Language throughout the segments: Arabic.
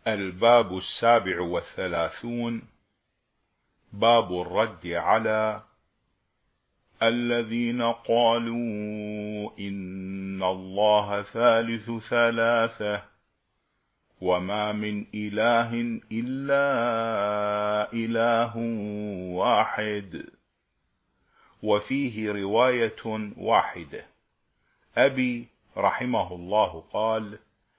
الباب 37 باب الرد على الذين قالوا إن الله ثالث ثلاثة وما من إله إلا إله واحد. وفيه رواية واحدة. أبي رحمه الله قال: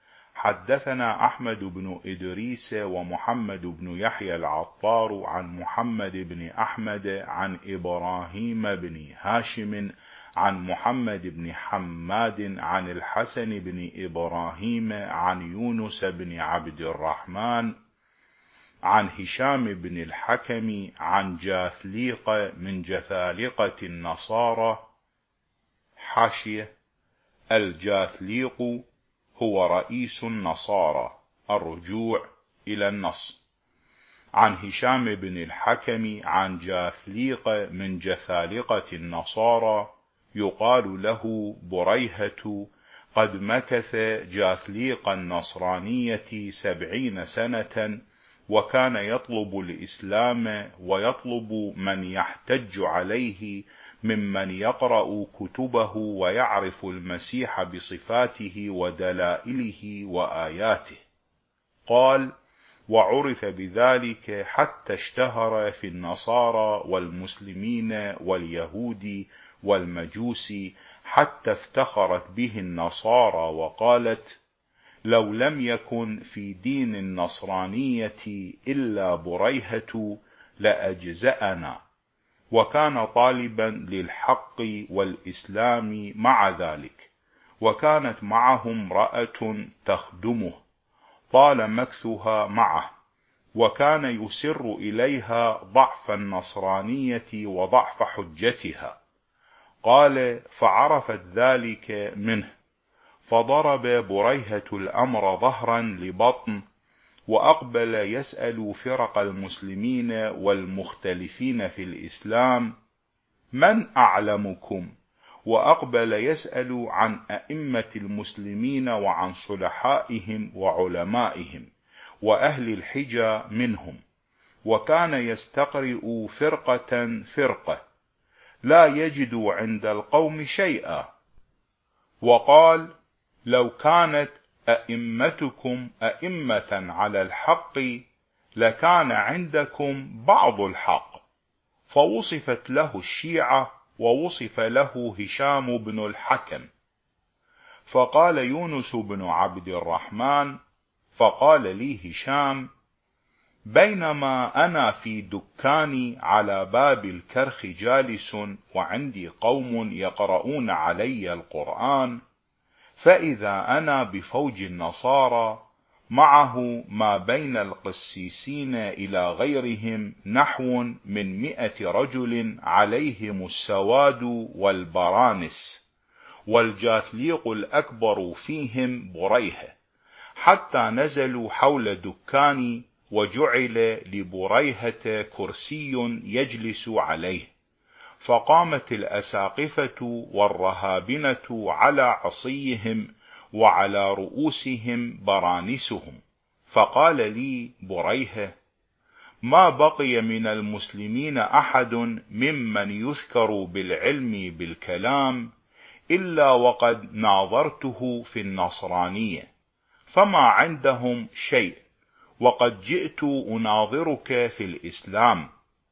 حدثنا أحمد بن إدريس ومحمد بن يحيى العطار عن محمد بن أحمد عن إبراهيم بن هاشم عن محمد بن حماد عن الحسن بن إبراهيم عن يونس بن عبد الرحمن عن هشام بن الحكم عن جاثليق من جثالقة النصارى. حاشية: الجاثليق هو رئيس النصارى، الرجوع إلى النص. عن هشام بن الحكم عن جاثليق من جثالقة النصارى يقال له بريهة، قد مكث جاثليق النصرانية 70 سنة، وكان يطلب الإسلام ويطلب من يحتج عليه ممن يقرأ كتبه ويعرف المسيح بصفاته ودلائله وآياته. قال: وعرف بذلك حتى اشتهر في النصارى والمسلمين واليهود والمجوس، حتى افتخرت به النصارى وقالت: لو لم يكن في دين النصرانية إلا بريهة لأجزأنا. وكان طالبا للحق والإسلام مع ذلك، وكانت معه امرأة تخدمه طال مكثها معه، وكان يسر إليها ضعف النصرانية وضعف حجتها. قال: فعرفت ذلك منه، فضرب بريهة الأمر ظهرا لبطن، وأقبل يسأل فرق المسلمين والمختلفين في الإسلام: من أعلمكم؟ وأقبل يسأل عن أئمة المسلمين وعن صلحائهم وعلمائهم وأهل الحجة منهم، وكان يستقرئ فرقة فرقة لا يجد عند القوم شيئا. وقال: لو كانت أئمتكم أئمة على الحق لكان عندكم بعض الحق. فوصفت له الشيعة، ووصف له هشام بن الحكم. فقال يونس بن عبد الرحمن: فقال لي هشام: بينما أنا في دكاني على باب الكرخ جالس، وعندي قوم يقرؤون علي القرآن، فإذا أنا بفوج النصارى معه ما بين القسيسين إلى غيرهم نحو من 100 رجل عليهم السواد والبرانس، والجاثليق الأكبر فيهم بريهة، حتى نزلوا حول دكاني، وجعل لبريهة كرسي يجلس عليه. فقامت الأساقفة والرهابنة على عصيهم وعلى رؤوسهم برانسهم. فقال لي بريهة: ما بقي من المسلمين أحد ممن يذكر بالعلم بالكلام إلا وقد ناظرته في النصرانية، فما عندهم شيء، وقد جئت أناظرك في الإسلام.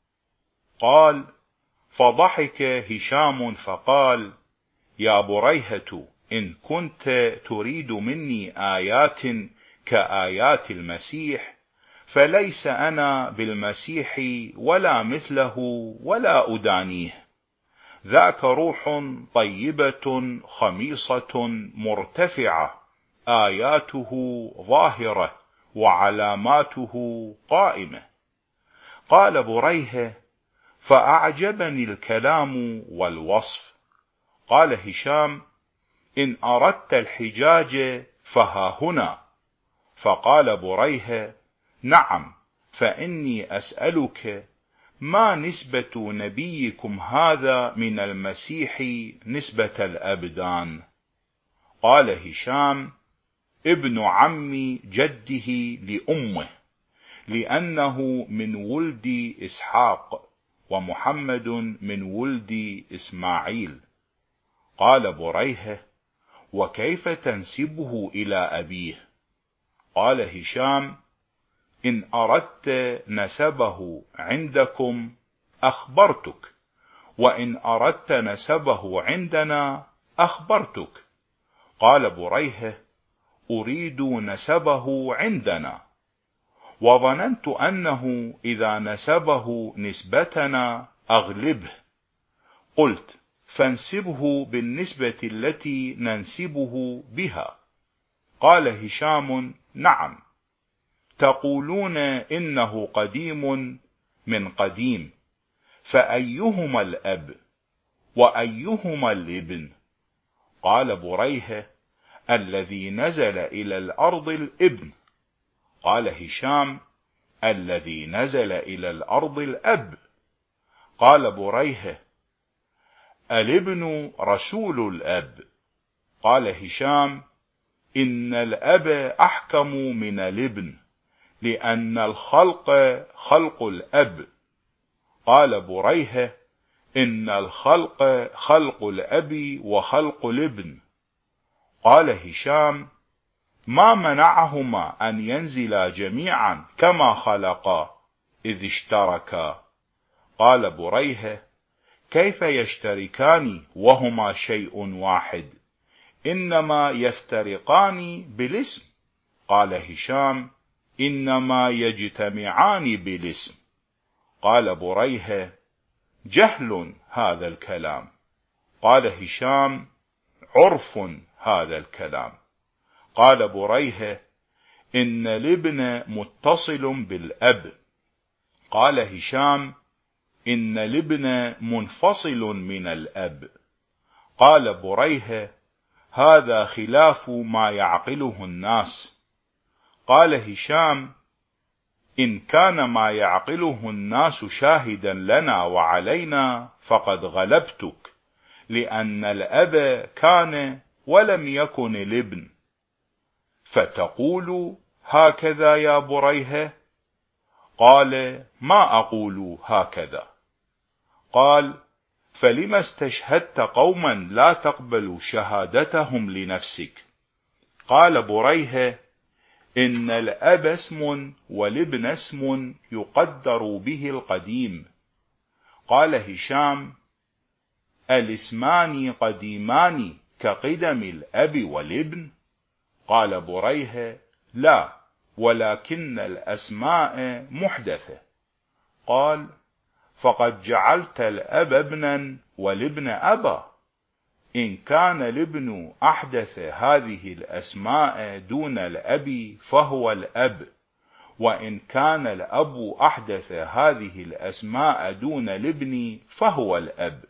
قال: فضحك هشام فقال: يا بريهة، إن كنت تريد مني آيات كآيات المسيح، فليس أنا بالمسيح ولا مثله ولا أدانيه. ذاك روح طيبة خميصة مرتفعة، آياته ظاهرة وعلاماته قائمة. قال بريهة: فأعجبني الكلام والوصف. قال هشام: إن أردت الحجاج فها هنا. فقال بريهة: نعم، فإني أسألك: ما نسبة نبيكم هذا من المسيح نسبة الأبدان؟ قال هشام: ابن عم جده لأمه، لأنه من ولد إسحاق، ومحمد من ولد إسماعيل. قال بريهة: وكيف تنسبه إلى أبيه؟ قال هشام: إن أردت نسبه عندكم أخبرتك، وإن أردت نسبه عندنا أخبرتك. قال بريهة: أريد نسبه عندنا، وظننت أنه إذا نسبه نسبتنا أغلبه. قلت: فانسبه بالنسبة التي ننسبه بها. قال هشام: نعم، تقولون إنه قديم من قديم، فأيهما الأب وأيهما الابن؟ قال بريهة: الذي نزل إلى الأرض الابن. قال هشام: الذي نزل إلى الأرض الأب. قال بريهة: الابن رسول الأب. قال هشام: إن الأب أحكم من الابن، لأن الخلق خلق الأب. قال بريهة: إن الخلق خلق الأب وخلق الابن. قال هشام: ما منعهما أن ينزلا جميعا كما خلقا إذ اشتركا؟ قال بريهة: كيف يشتركان وهما شيء واحد؟ إنما يفترقان بالاسم. قال هشام: إنما يجتمعان بالاسم. قال بريهة: جهل هذا الكلام. قال هشام: عرف هذا الكلام. قال بريهة: إن الابن متصل بالأب. قال هشام: إن الابن منفصل من الأب. قال بريهة: هذا خلاف ما يعقله الناس. قال هشام: إن كان ما يعقله الناس شاهدا لنا وعلينا فقد غلبتك، لأن الأب كان ولم يكن الابن. فتقول هكذا يا بريهة؟ قال: ما أقول هكذا. قال: فلما استشهدت قوما لا تقبل شهادتهم لنفسك؟ قال بريهة: إن الأب اسم والابن اسم يقدر به القديم. قال هشام: الاسمان قديمان كقدم الأب والابن؟ قال بريهة: لا، ولكن الأسماء محدثة. قال: فقد جعلت الأب ابنا والابن أبا. إن كان الابن أحدث هذه الأسماء دون الأب فهو الأب، وإن كان الأب أحدث هذه الأسماء دون الابن فهو الأب.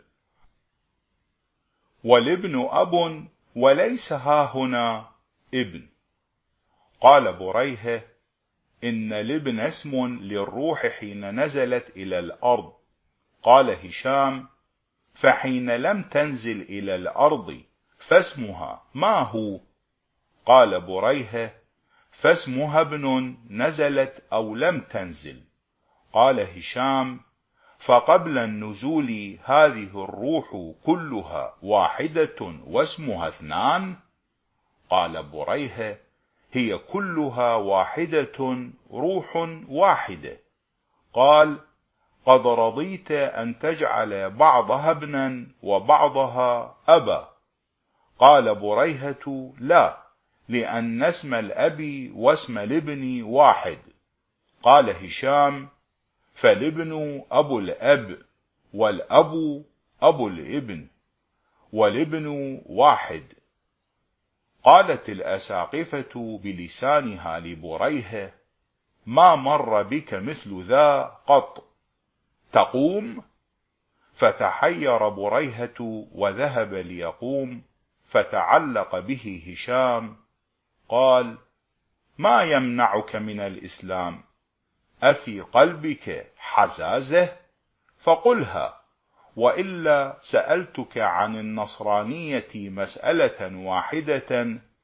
والابن أب وليس هاهنا ابن. قال بريهة: إن الابن اسم للروح حين نزلت إلى الأرض. قال هشام: فحين لم تنزل إلى الأرض فاسمها ما هو؟ قال بريهة: فاسمها ابن نزلت أو لم تنزل. قال هشام: فقبل النزول هذه الروح كلها واحدة واسمها اثنان؟ قال بريهة: هي كلها واحدة روح واحدة. قال: قد رضيت أن تجعل بعضها ابنا وبعضها أبا. قال بريهة: لا، لأن اسم الأب واسم الابن واحد. قال هشام: فالابن أبو الأب، والأب أبو الابن، والابن واحد. قالت الأساقفة بلسانها لبريهة: ما مر بك مثل ذا قط، تقوم؟ فتحير بريهة وذهب ليقوم، فتعلق به هشام. قال: ما يمنعك من الإسلام؟ أفي قلبك حزازة؟ فقلها، وإلا سألتك عن النصرانية مسألة واحدة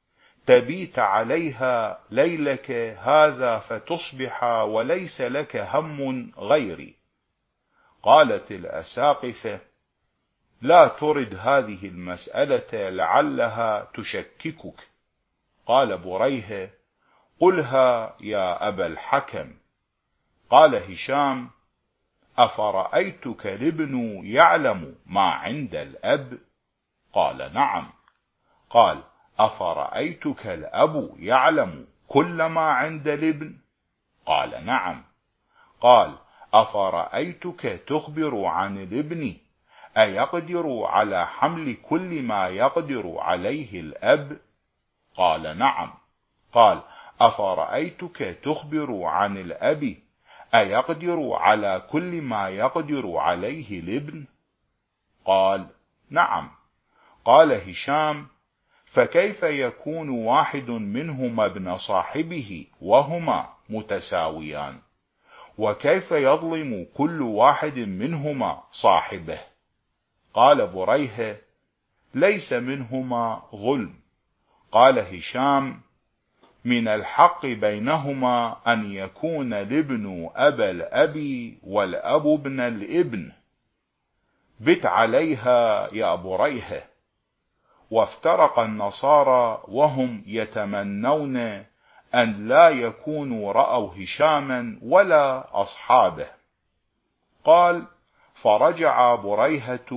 تبيت عليها ليلك هذا فتصبح وليس لك هم غيري. قالت الأساقفة: لا ترد هذه المسألة لعلها تشككك. قال بريهة: قلها يا أبا الحكم. قال هشام: أفرأيتك الابن يعلم ما عند الأب؟ قال: نعم. قال: أفرأيتك الأب يعلم كل ما عند الابن؟ قال: نعم. قال: أفرأيتك تخبر عن الابن أيقدر على حمل كل ما يقدر عليه الأب؟ قال: نعم. قال: أفرأيتك تخبر عن الأب أيقدر على كل ما يقدر عليه الابن؟ قال: نعم. قال هشام: فكيف يكون واحد منهما ابن صاحبه وهما متساويان؟ وكيف يظلم كل واحد منهما صاحبه؟ قال بريهة: ليس منهما ظلم. قال هشام: من الحق بينهما أن يكون الابن أبا الأب والأب ابن الابن. بت عليها يا بريهة. وافترق النصارى وهم يتمنون أن لا يكونوا رأوا هشاما ولا أصحابه. قال: فرجع بريهة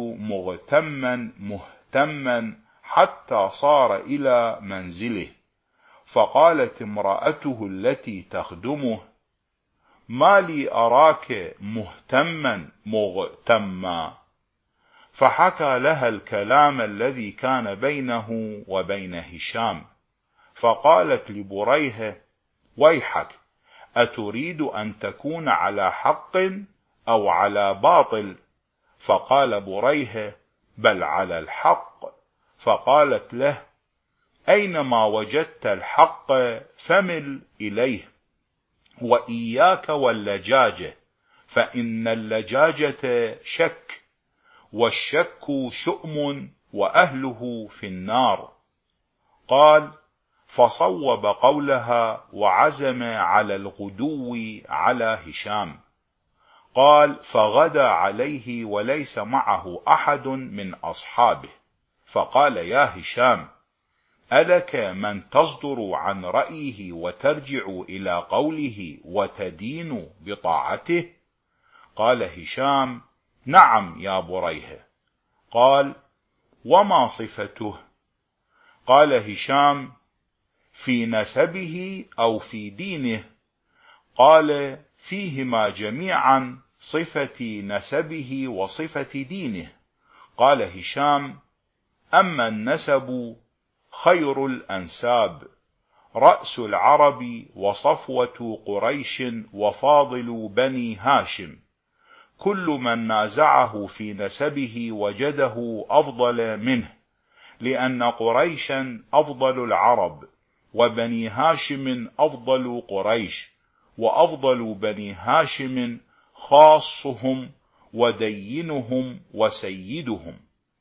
مهتما حتى صار إلى منزله، فقالت امرأته التي تخدمه: ما لي أراك مغتما. فحكى لها الكلام الذي كان بينه وبين هشام، فقالت لبريهة: ويحك، أتريد أن تكون على حق أو على باطل؟ فقال بريهة: بل على الحق. فقالت له: أينما وجدت الحق فمل إليه، وإياك واللجاجة، فإن اللجاجة شك، والشك شؤم وأهله في النار. قال: فصوب قولها وعزم على الغدو على هشام. قال: فغدا عليه وليس معه أحد من أصحابه، فقال: يا هشام، ألك من تصدر عن رأيه وترجع إلى قوله وتدين بطاعته؟ قال هشام: نعم يا بريهة. قال: وما صفته؟ قال هشام: في نسبه أو في دينه؟ قال: فيهما جميعا، صفة نسبه وصفة دينه. قال هشام: أما النسب خير الأنساب، رأس العرب وصفوة قريش وفاضل بني هاشم، كل من نازعه في نسبه وجده أفضل منه، لأن قريشا أفضل العرب، وبني هاشم أفضل قريش، وأفضل بني هاشم خاصهم ودينهم وسيدهم،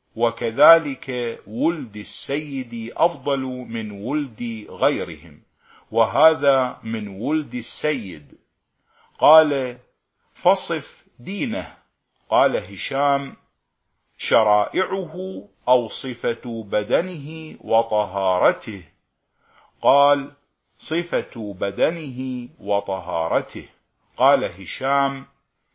وكذلك ولد السيد أفضل من ولد غيرهم، وهذا من ولد السيد. قال: فصف دينه. قال هشام: شرائعه أو صفة بدنه وطهارته؟ قال: صفة بدنه وطهارته. قال هشام: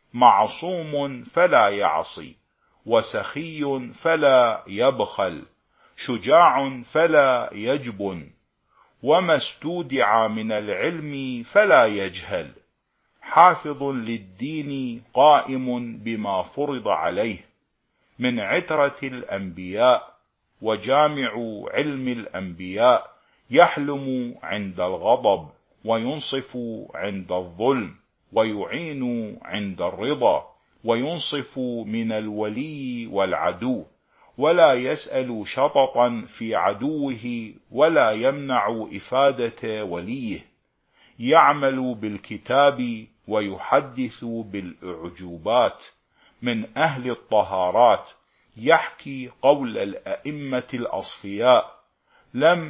معصوم فلا يعصي، وسخي فلا يبخل، شجاع فلا يجبن، وما استودع من العلم فلا يجهل، حافظ للدين قائم بما فرض عليه، من عترة الأنبياء، وجامع علم الأنبياء، يحلم عند الغضب، وينصف عند الظلم، ويعين عند الرضا، وينصف من الولي والعدو، ولا يسأل شططا في عدوه، ولا يمنع إفادة وليه، يعمل بالكتاب ويحدث بالأعجوبات، من أهل الطهارات، يحكي قول الأئمة الأصفياء: لم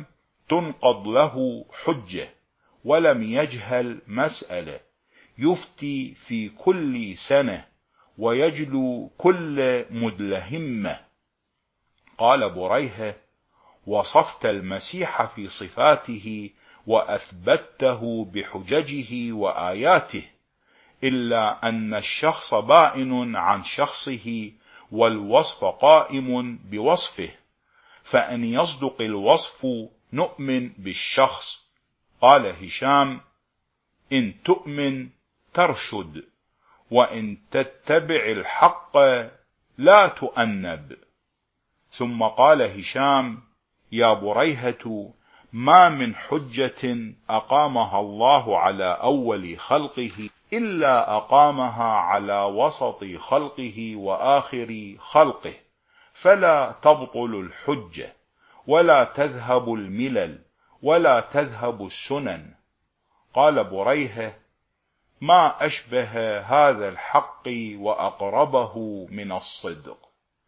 تنقض له حجة ولم يجهل مسألة، يفتي في كل سنة ويجلو كل مدلهمة. قال بريهة: وصفت المسيح في صفاته وأثبته بحججه وآياته، إلا أن الشخص بائن عن شخصه والوصف قائم بوصفه، فإن يصدق الوصف نؤمن بالشخص. قال هشام: إن تؤمن ترشد، وإن تتبع الحق لا تؤنب. ثم قال هشام: يا بريهة، ما من حجة أقامها الله على أول خلقه إلا أقامها على وسط خلقه وآخر خلقه، فلا تبطل الحجة، ولا تذهب الملل، ولا تذهب السنن. قال بريهة: ما أشبه هذا الحق وأقربه من الصدق.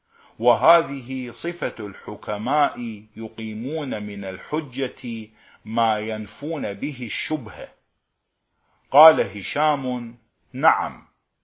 وهذه صفة الحكماء، يقيمون من الحجة ما ينفون به الشبهة. قال هشام: نعم.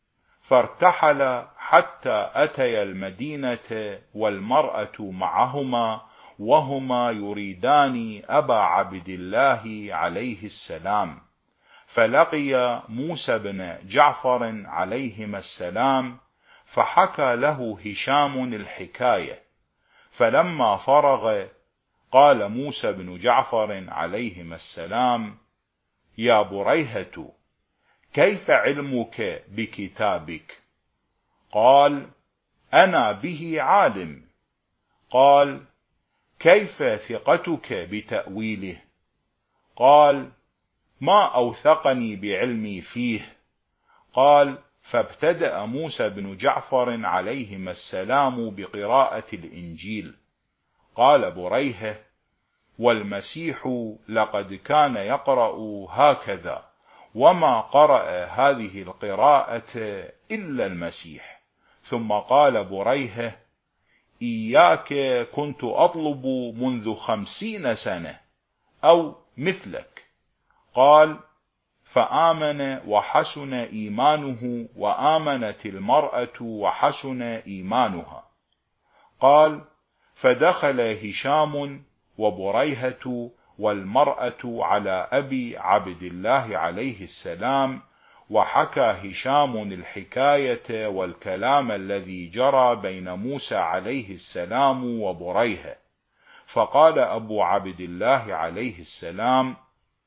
فارتحل حتى أتيا المدينة والمرأة معهما، وهما يريدان أبا عبد الله عليه السلام، فلقي موسى بن جعفر عليهما السلام، فحكى له هشام الحكاية. فلما فرغ قال موسى بن جعفر عليهما السلام: يا بريهة، كيف علمك بكتابك؟ قال: أنا به عالم. قال: كيف ثقتك بتأويله؟ قال: ما أوثقني بعلمي فيه. قال: فابتدأ موسى بن جعفر عليهما السلام بقراءة الإنجيل. قال بريهة: والمسيح لقد كان يقرأ هكذا، وما قرأ هذه القراءة إلا المسيح. ثم قال بريهة: إياك كنت أطلب منذ 50 سنة أو مثلك. قال: فآمن وحسن إيمانه، وآمنت المرأة وحسن إيمانها. قال: فدخل هشام وبريهة والمرأة على أبي عبد الله عليه السلام، وحكى هشام الحكاية والكلام الذي جرى بين موسى عليه السلام وبريهة. فقال أبو عبد الله عليه السلام: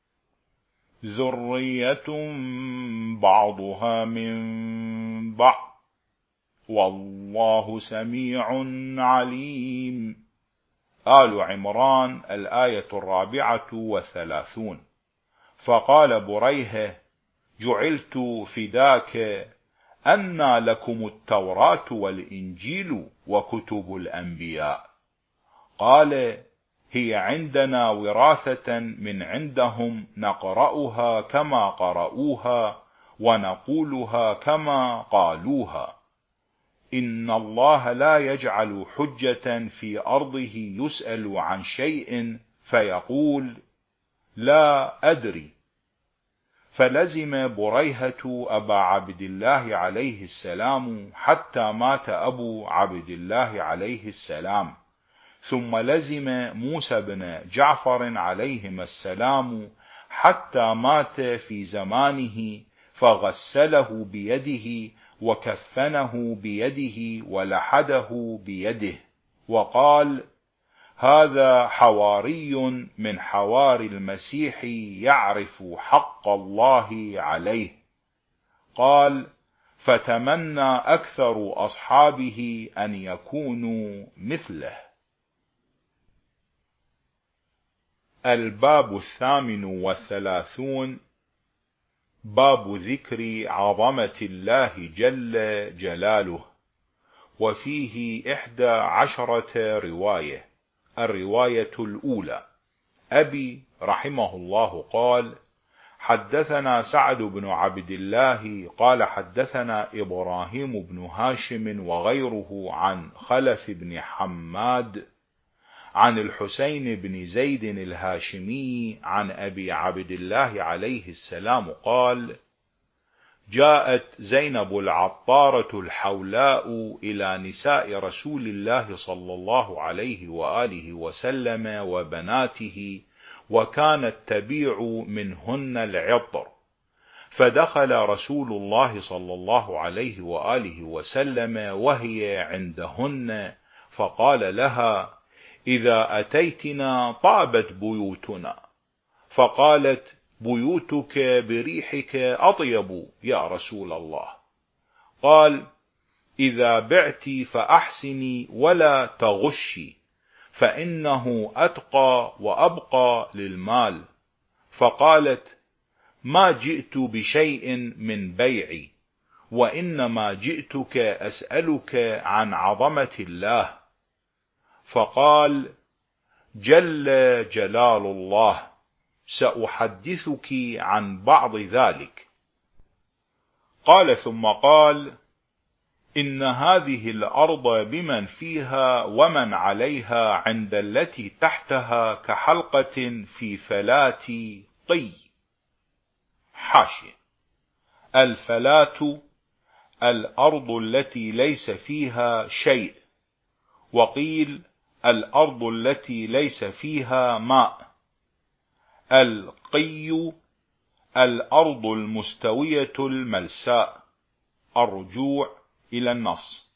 ذرية بعضها من بعض، والله سميع عليم. آل عمران، الآية 34. فقال بريهة: جعلت فداك أنى لكم التوراة والإنجيل وكتب الأنبياء. قال: هي عندنا وراثة من عندهم، نقرأها كما قرأوها ونقولها كما قالوها. إن الله لا يجعل حجة في أرضه يسأل عن شيء فيقول لا أدري. فلزم بريهة أبا عبد الله عليه السلام حتى مات أبو عبد الله عليه السلام، ثم لزم موسى بن جعفر عليهما السلام حتى مات في زمانه، فغسله بيده وكفنه بيده ولحده بيده، وقال: هذا حواري من حواري المسيح يعرف حق الله عليه. قال: فتمنى أكثر أصحابه أن يكونوا مثله. الباب 38. باب ذكر عظمة الله جل جلاله. وفيه 11 رواية. الرواية الأولى: أبي رحمه الله قال: حدثنا سعد بن عبد الله قال حدثنا إبراهيم بن هاشم وغيره عن خلف بن حماد عن الحسين بن زيد الهاشمي عن أبي عبد الله عليه السلام قال: جاءت زينب العطارة الحولاء إلى نساء رسول الله صلى الله عليه وآله وسلم وبناته، وكانت تبيع منهن العطر، فدخل رسول الله صلى الله عليه وآله وسلم وهي عندهن، فقال لها: إذا أتيتنا طابت بيوتنا. فقالت: بيوتك بريحك أطيب يا رسول الله. قال: إذا بعت فأحسني ولا تغشي، فإنه أتقى وأبقى للمال. فقالت: ما جئت بشيء من بيعي، وإنما جئتك أسألك عن عظمة الله. فقال: جل جلال الله، سأحدثك عن بعض ذلك. قال: ثم قال: إن هذه الأرض بمن فيها ومن عليها عند التي تحتها كحلقة في فلات طي. حاشية: الفلات الأرض التي ليس فيها شيء، وقيل الأرض التي ليس فيها ماء. القي الأرض المستوية الملساء. الرجوع إلى النص.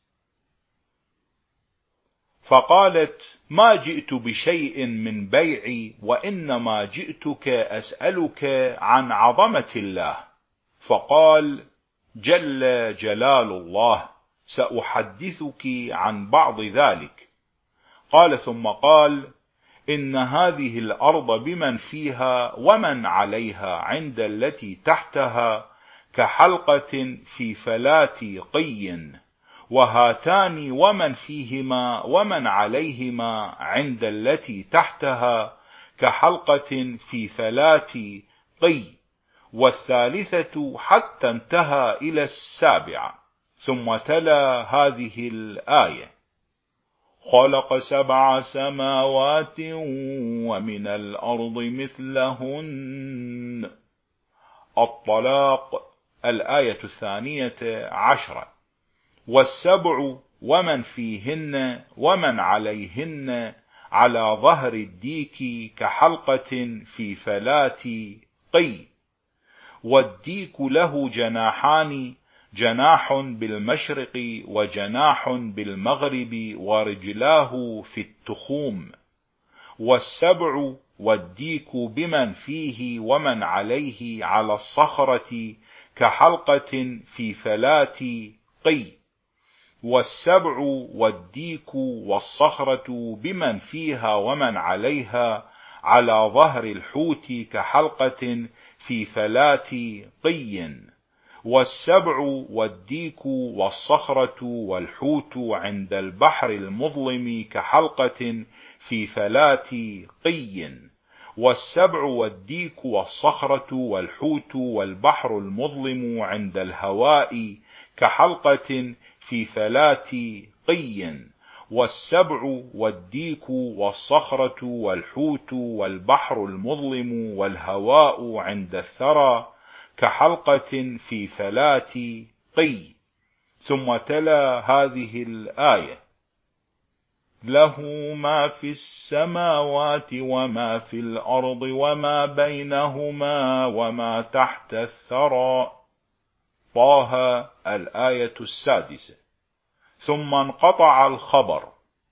فقالت: ما جئت بشيء من بيعي، وإنما جئتك أسألك عن عظمة الله. فقال: جل جلال الله، سأحدثك عن بعض ذلك. قال: ثم قال: إن هذه الأرض بمن فيها ومن عليها عند التي تحتها كحلقة في فلات قي، وهاتان ومن فيهما ومن عليهما عند التي تحتها كحلقة في فلات قي، والثالثة حتى انتهى إلى السابعة. ثم تلا هذه الآية: خلق 7 سماوات ومن الأرض مثلهن. الطلاق، الآية 12. والسبع ومن فيهن ومن عليهن على ظهر الديك كحلقة في فلات قي. والديك له جناحان، جناح بالمشرق وجناح بالمغرب، ورجلاه في التخوم. والسبع والديك بمن فيه ومن عليه على الصخرة كحلقة في فلات قي. والسبع والديك والصخرة بمن فيها ومن عليها على ظهر الحوت كحلقة في فلات قي. والسبع والديك والصخرة والحوت عند البحر المظلم كحلقة في فلات قي. والسبع والديك والصخرة والحوت والبحر المظلم عند الهواء كحلقة في فلات قي. والسبع والديك والصخرة والحوت والبحر المظلم والهواء عند الثرى كحلقة في فلات قي. ثم تلا هذه الآية: له ما في السماوات وما في الأرض وما بينهما وما تحت الثرى. طه، الآية 6. ثم انقطع الخبر.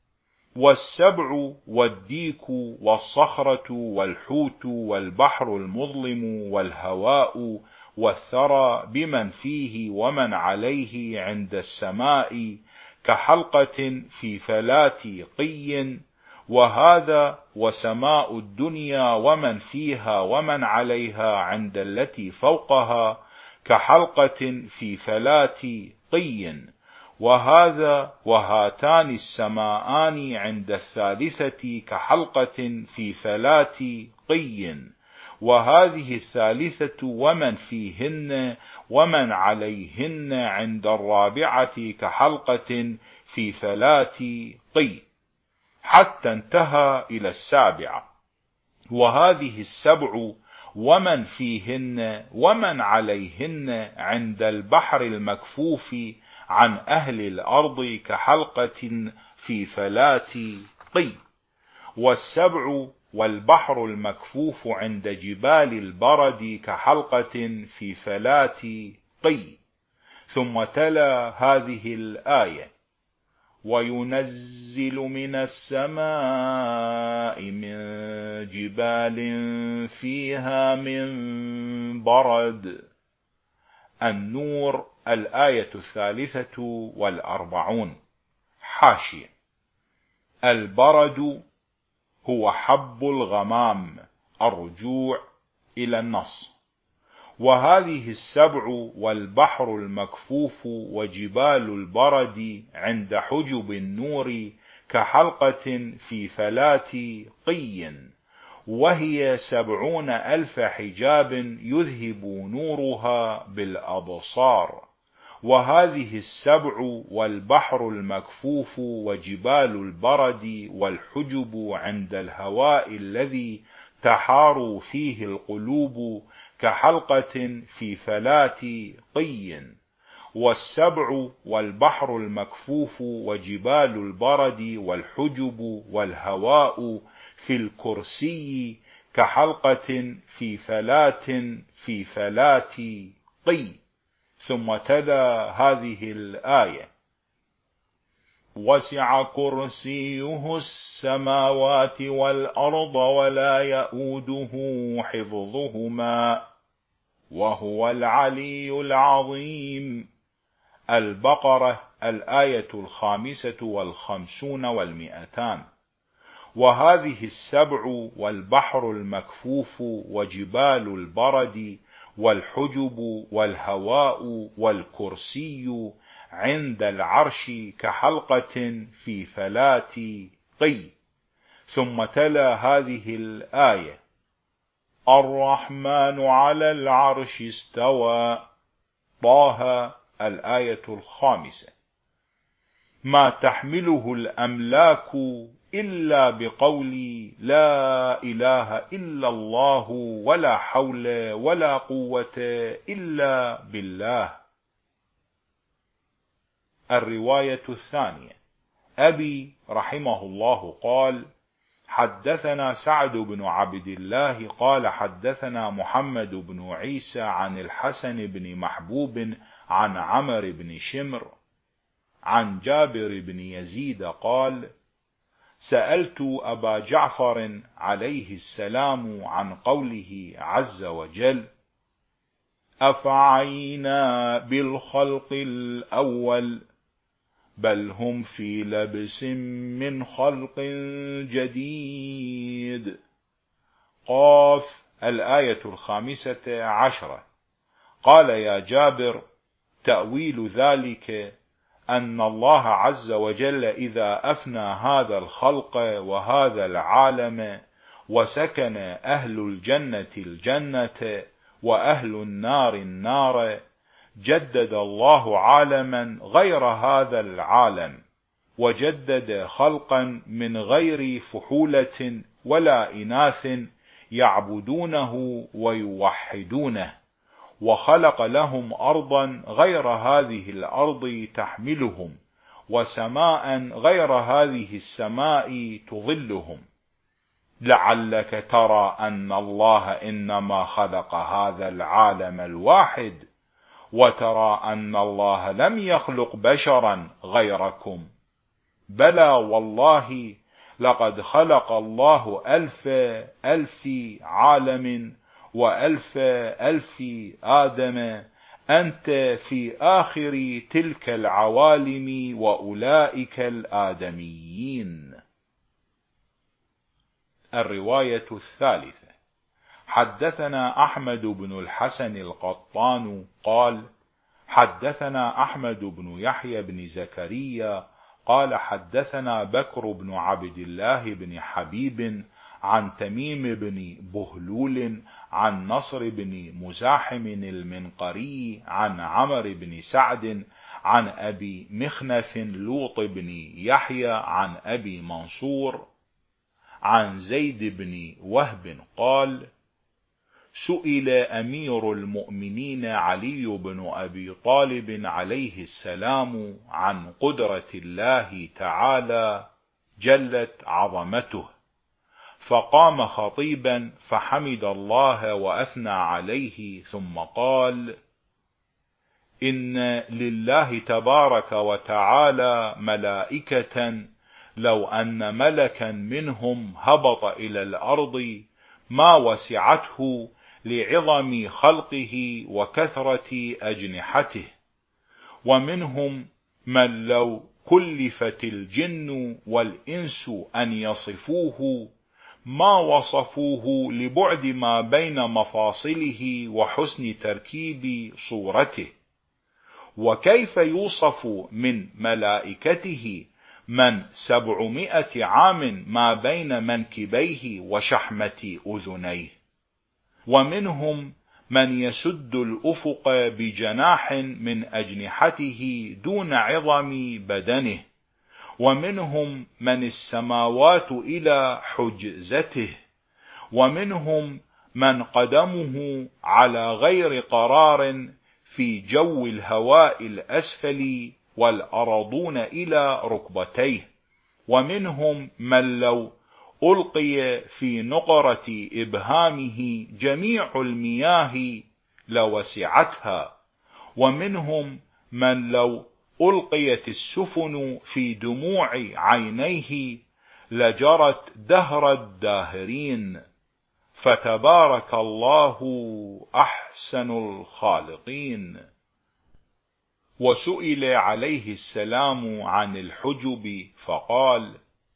والسبع والديك والصخرة والحوت والبحر المظلم والهواء والثرى بمن فيه ومن عليه عند السماء كحلقة في فلات قي. وهذا وسماء الدنيا ومن فيها ومن عليها عند التي فوقها كحلقة في فلات قي. وهذا وهاتان السماءان عند الثالثة كحلقة في فلات قي. وهذه الثالثة ومن فيهن ومن عليهن عند الرابعة كحلقة في فلات قي. حتى انتهى إلى 7. وهذه 7 ومن فيهن ومن عليهن عند البحر المكفوف عن أهل الأرض كحلقة في فلاة قي. 7 والبحر المكفوف عند جبال البرد كحلقة في فلاة قي. ثم تلا هذه الآية: وينزل من السماء من جبال فيها من برد. النور الآية 43. حاشية: البرد هو حب الغمام، الرجوع إلى النص. وهذه 7 والبحر المكفوف وجبال البرد عند حجب النور كحلقة في فلاة قي، وهي 70,000 حجاب يذهب نورها بالأبصار. وهذه 7 والبحر المكفوف وجبال البرد والحجب عند الهواء الذي تحار فيه القلوب كحلقة في فلاة قي. 7 والبحر المكفوف وجبال البرد والحجب والهواء في الكرسي كحلقة في فلاة قي. ثم تلا هذه الآية: وسع كرسيه السماوات والأرض ولا يؤوده حفظهما وهو العلي العظيم. البقرة الآية 55 و200. وهذه 7 والبحر المكفوف وجبال البرد والحجب والهواء والكرسي عند العرش كحلقة في فلاة قي. ثم تلا هذه الآية: الرحمن على العرش استوى. طه الآية 5. ما تحمله الأملاك إلا بقولي لا إله إلا الله ولا حول ولا قوة إلا بالله. الرواية 2. أبي رحمه الله قال: حدثنا سعد بن عبد الله قال حدثنا محمد بن عيسى عن الحسن بن محبوب عن عمرو بن شمر عن جابر بن يزيد قال: سألت أبا جعفر عليه السلام عن قوله عز وجل: أفعينا بالخلق الأول بل هم في لبس من خلق جديد. قاف الآية 15. قال يا جابر: تأويل ذلك أن الله عز وجل إذا أفنى هذا الخلق وهذا العالم وسكن أهل الجنة الجنة وأهل النار النار، جدد الله عالما غير هذا العالم، وجدد خلقا من غير فحولة ولا إناث يعبدونه ويوحدونه، وخلق لهم أرضا غير هذه الأرض تحملهم، وسماء غير هذه السماء تظلهم. لعلك ترى أن الله إنما خلق هذا العالم الواحد، وترى أن الله لم يخلق بشرا غيركم. بلى والله لقد خلق الله 1000 عالم و1000 آدم، أنت في آخر تلك العوالم وأولئك الآدميين. الرواية 3. حدثنا أحمد بن الحسن القطان قال: حدثنا أحمد بن يحيى بن زكريا قال حدثنا بكر بن عبد الله بن حبيب عن تميم بن بهلول عن نصر بن مزاحم المنقري عن عمرو بن سعد عن أبي مخنف لوط بن يحيى عن أبي منصور عن زيد بن وهب قال: سئل أمير المؤمنين علي بن أبي طالب عليه السلام عن قدرة الله تعالى جلت عظمته، فقام خطيبا فحمد الله وأثنى عليه ثم قال: إن لله تبارك وتعالى ملائكة لو أن ملكا منهم هبط إلى الأرض ما وسعته لعظم خلقه وكثرة أجنحته، ومنهم من لو كلفت الجن والإنس أن يصفوه ما وصفوه لبعد ما بين مفاصله وحسن تركيب صورته. وكيف يوصف من ملائكته من 700 عام ما بين منكبيه وشحمة أذنيه، ومنهم من يسد الأفق بجناح من أجنحته دون عظم بدنه، ومنهم من السماوات إلى حجزته، ومنهم من قدمه على غير قرار في جو الهواء الأسفل والأرضون إلى ركبتيه، ومنهم من لو ألقي في نقرة إبهامه جميع المياه لوسعتها، ومنهم من لو ألقيت السفن في دموع عينيه لجرت دهر الداهرين، فتبارك الله أحسن الخالقين. وسئل عليه السلام عن الحجب فقال: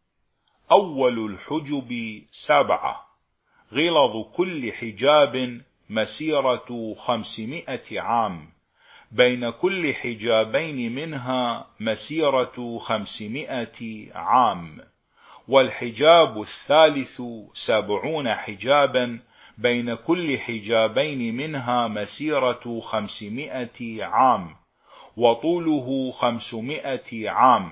أول الحجب 7، غلظ كل حجاب مسيرة 500 عام، بين كل حجابين منها مسيرة 500 عام، والحجاب الثالث 70 حجابا، بين كل حجابين منها مسيرة 500 عام، وطوله 500 عام،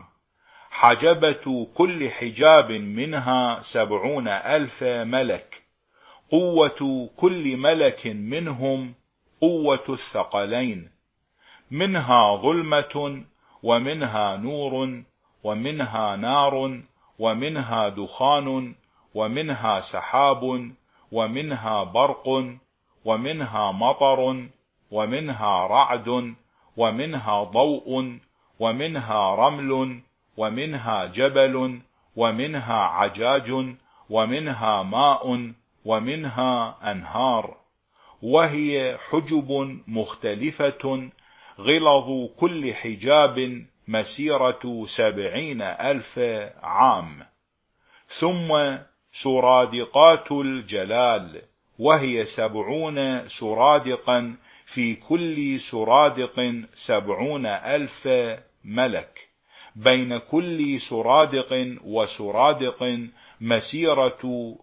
حجبة كل حجاب منها 70,000 ملك، قوة كل ملك منهم قوة الثقلين، منها ظلمة ومنها نور ومنها نار ومنها دخان ومنها سحاب ومنها برق ومنها مطر ومنها رعد ومنها ضوء ومنها رمل ومنها جبل ومنها عجاج ومنها ماء ومنها أنهار، وهي حجب مختلفة، غلظ كل حجاب مسيرة 70,000 عام. ثم سرادقات الجلال، وهي 70 سرادقا، في كل سرادق 70,000 ملك، بين كل سرادق وسرادق مسيرة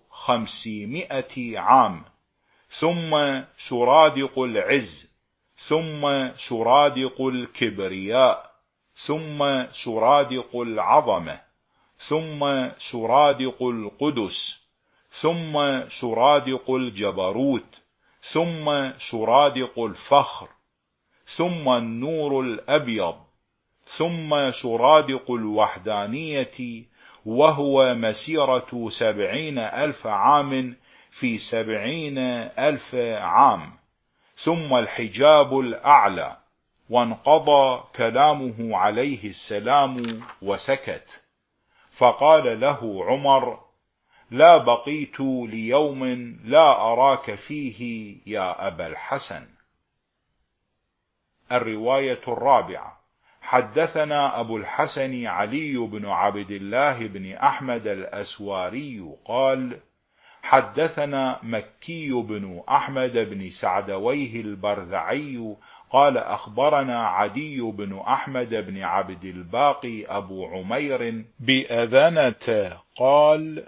500 عام. ثم سرادق العز، ثم سرادق الكبرياء، ثم سرادق العظمة، ثم سرادق القدس، ثم سرادق الجبروت، ثم سرادق الفخر، ثم النور الأبيض، ثم سرادق الوحدانية، وهو مسيرة 70,000 عام في 70,000 عام. ثم الحجاب الأعلى. وانقضى كلامه عليه السلام وسكت، فقال له عمر: لا بقيت ليوم لا أراك فيه يا أبا الحسن. الرواية الرابعة: حدثنا أبو الحسن علي بن عبد الله بن أحمد الأسواري قال: حدثنا مكي بن أحمد بن سعدويه البرذعي قال: أخبرنا عدي بن أحمد بن عبد الباقي أبو عمير بأذنة قال: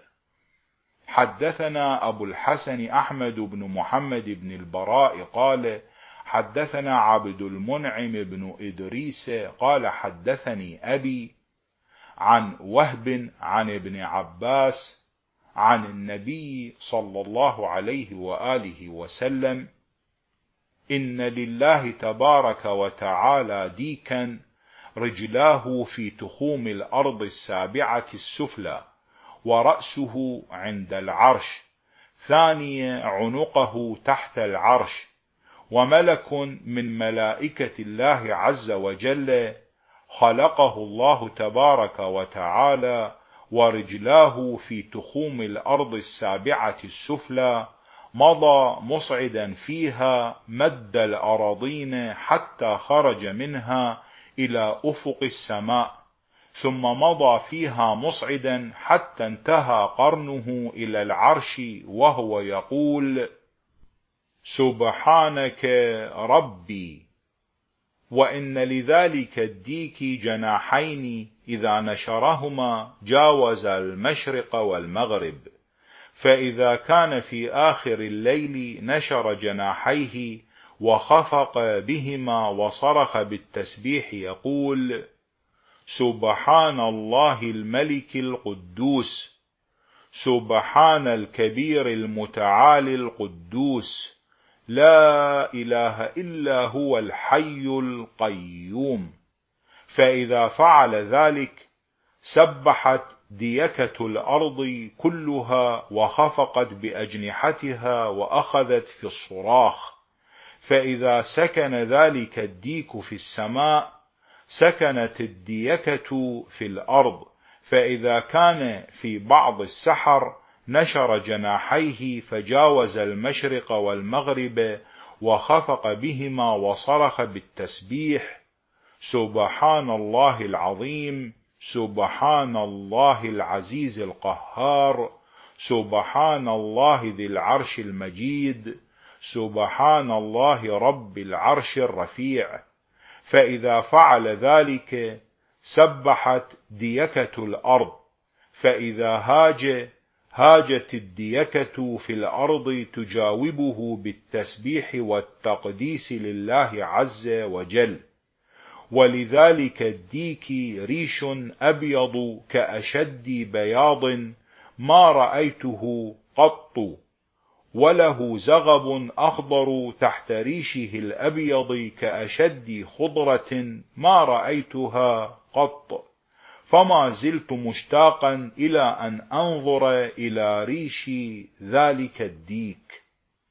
حدثنا أبو الحسن أحمد بن محمد بن البراء قال: حدثنا عبد المنعم بن إدريس قال حدثني أبي عن وهب عن ابن عباس عن النبي صلى الله عليه وآله وسلم: إن لله تبارك وتعالى ديكا رجلاه في تخوم الأرض السابعة السفلى، ورأسه عند العرش، ثاني عنقه تحت العرش، وملك من ملائكة الله عز وجل خلقه الله تبارك وتعالى، ورجلاه في تخوم الأرض السابعة السفلى، مضى مصعدا فيها مد الأراضين حتى خرج منها إلى أفق السماء، ثم مضى فيها مصعدا حتى انتهى قرنه إلى العرش، وهو يقول: سبحانك ربي. وإن لذلك الديك جناحين إذا نشرهما جاوز المشرق والمغرب، فإذا كان في آخر الليل نشر جناحيه وخفق بهما وصرخ بالتسبيح يقول: سبحان الله الملك القدوس، سبحان الكبير المتعالي القدوس، لا إله إلا هو الحي القيوم. فإذا فعل ذلك سبحت ديكة الأرض كلها وخفقت بأجنحتها وأخذت في الصراخ. فإذا سكن ذلك الديك في السماء سكنت الديكة في الأرض، فإذا كان في بعض السحر نشر جناحيه فجاوز المشرق والمغرب وخفق بهما وصرخ بالتسبيح: سبحان الله العظيم، سبحان الله العزيز القهار، سبحان الله ذي العرش المجيد، سبحان الله رب العرش الرفيع. فإذا فعل ذلك سبحت ديكة الأرض، فإذا هاجت الديكة في الأرض تجاوبه بالتسبيح والتقديس لله عز وجل. ولذلك الديك ريش أبيض كأشد بياض ما رأيته قط، وله زغب أخضر تحت ريشه الأبيض كأشد خضرة ما رأيتها قط، فما زلت مشتاقا إلى أن أنظر إلى ريش ذلك الديك.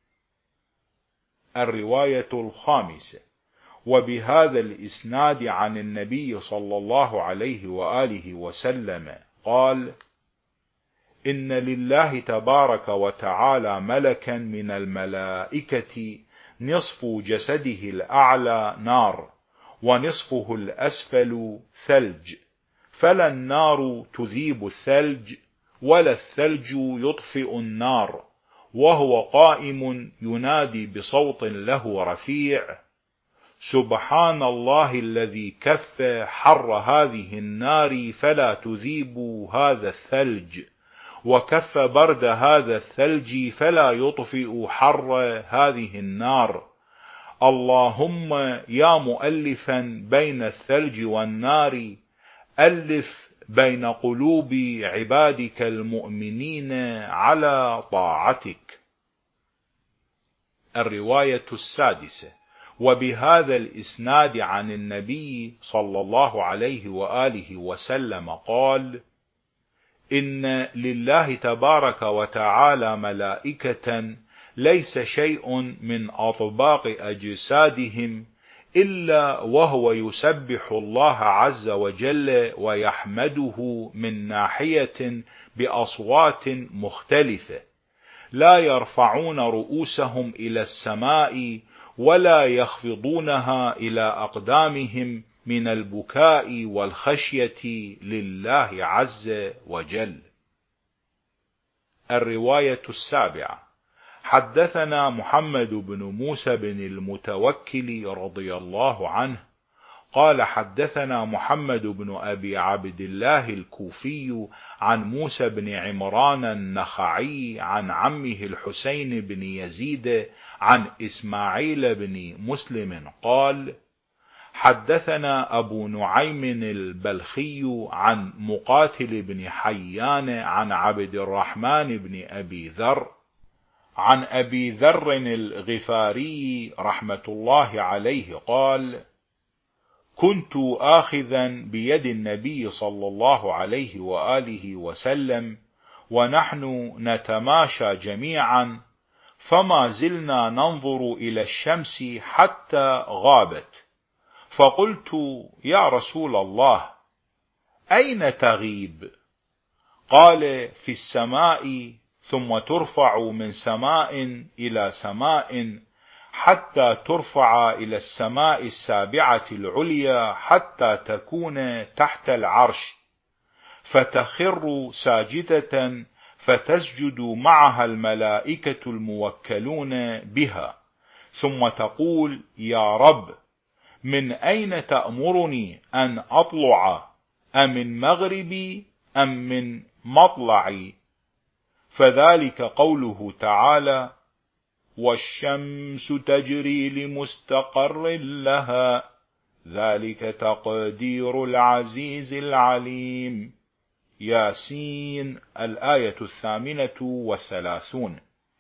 الرواية الخامسة: وبهذا الإسناد عن النبي صلى الله عليه وآله وسلم قال: إن لله تبارك وتعالى ملكا من الملائكة نصف جسده الأعلى نار، ونصفه الأسفل ثلج، فلا النار تذيب الثلج ولا الثلج يطفئ النار، وهو قائم ينادي بصوت له رفيع: سبحان الله الذي كف حر هذه النار فلا تذيب هذا الثلج، وكف برد هذا الثلج فلا يطفئ حر هذه النار. اللهم يا مؤلفا بين الثلج والنار، ألف بين قلوب عبادك المؤمنين على طاعتك. الرواية السادسة: وبهذا الإسناد عن النبي صلى الله عليه وآله وسلم قال: إن لله تبارك وتعالى ملائكة ليس شيء من أطباق أجسادهم إلا وهو يسبح الله عز وجل ويحمده من ناحية بأصوات مختلفة، لا يرفعون رؤوسهم إلى السماء ولا يخفضونها إلى أقدامهم من البكاء والخشية لله عز وجل. الرواية السابعة: حدثنا محمد بن موسى بن المتوكل رضي الله عنه قال حدثنا محمد بن أبي عبد الله الكوفي عن موسى بن عمران النخعي عن عمه الحسين بن يزيد عن إسماعيل بن مسلم قال حدثنا أبو نعيم البلخي عن مقاتل بن حيان عن عبد الرحمن بن أبي ذر عن أبي ذر الغفاري رحمة الله عليه قال كنت آخذا بيد النبي صلى الله عليه وآله وسلم ونحن نتماشى جميعا، فما زلنا ننظر إلى الشمس حتى غابت، فقلت يا رسول الله أين تغيب؟ قال في السماء، ثم ترفع من سماء إلى سماء حتى ترفع إلى السماء السابعة العليا حتى تكون تحت العرش، فتخر ساجدة فتسجد معها الملائكة الموكلون بها، ثم تقول يا رب من أين تأمرني أن أطلع، أمن مغربي أم من مطلعي؟ فذلك قوله تعالى والشمس تجري لمستقر لها ذلك تقدير العزيز العليم. ياسين الآية 38،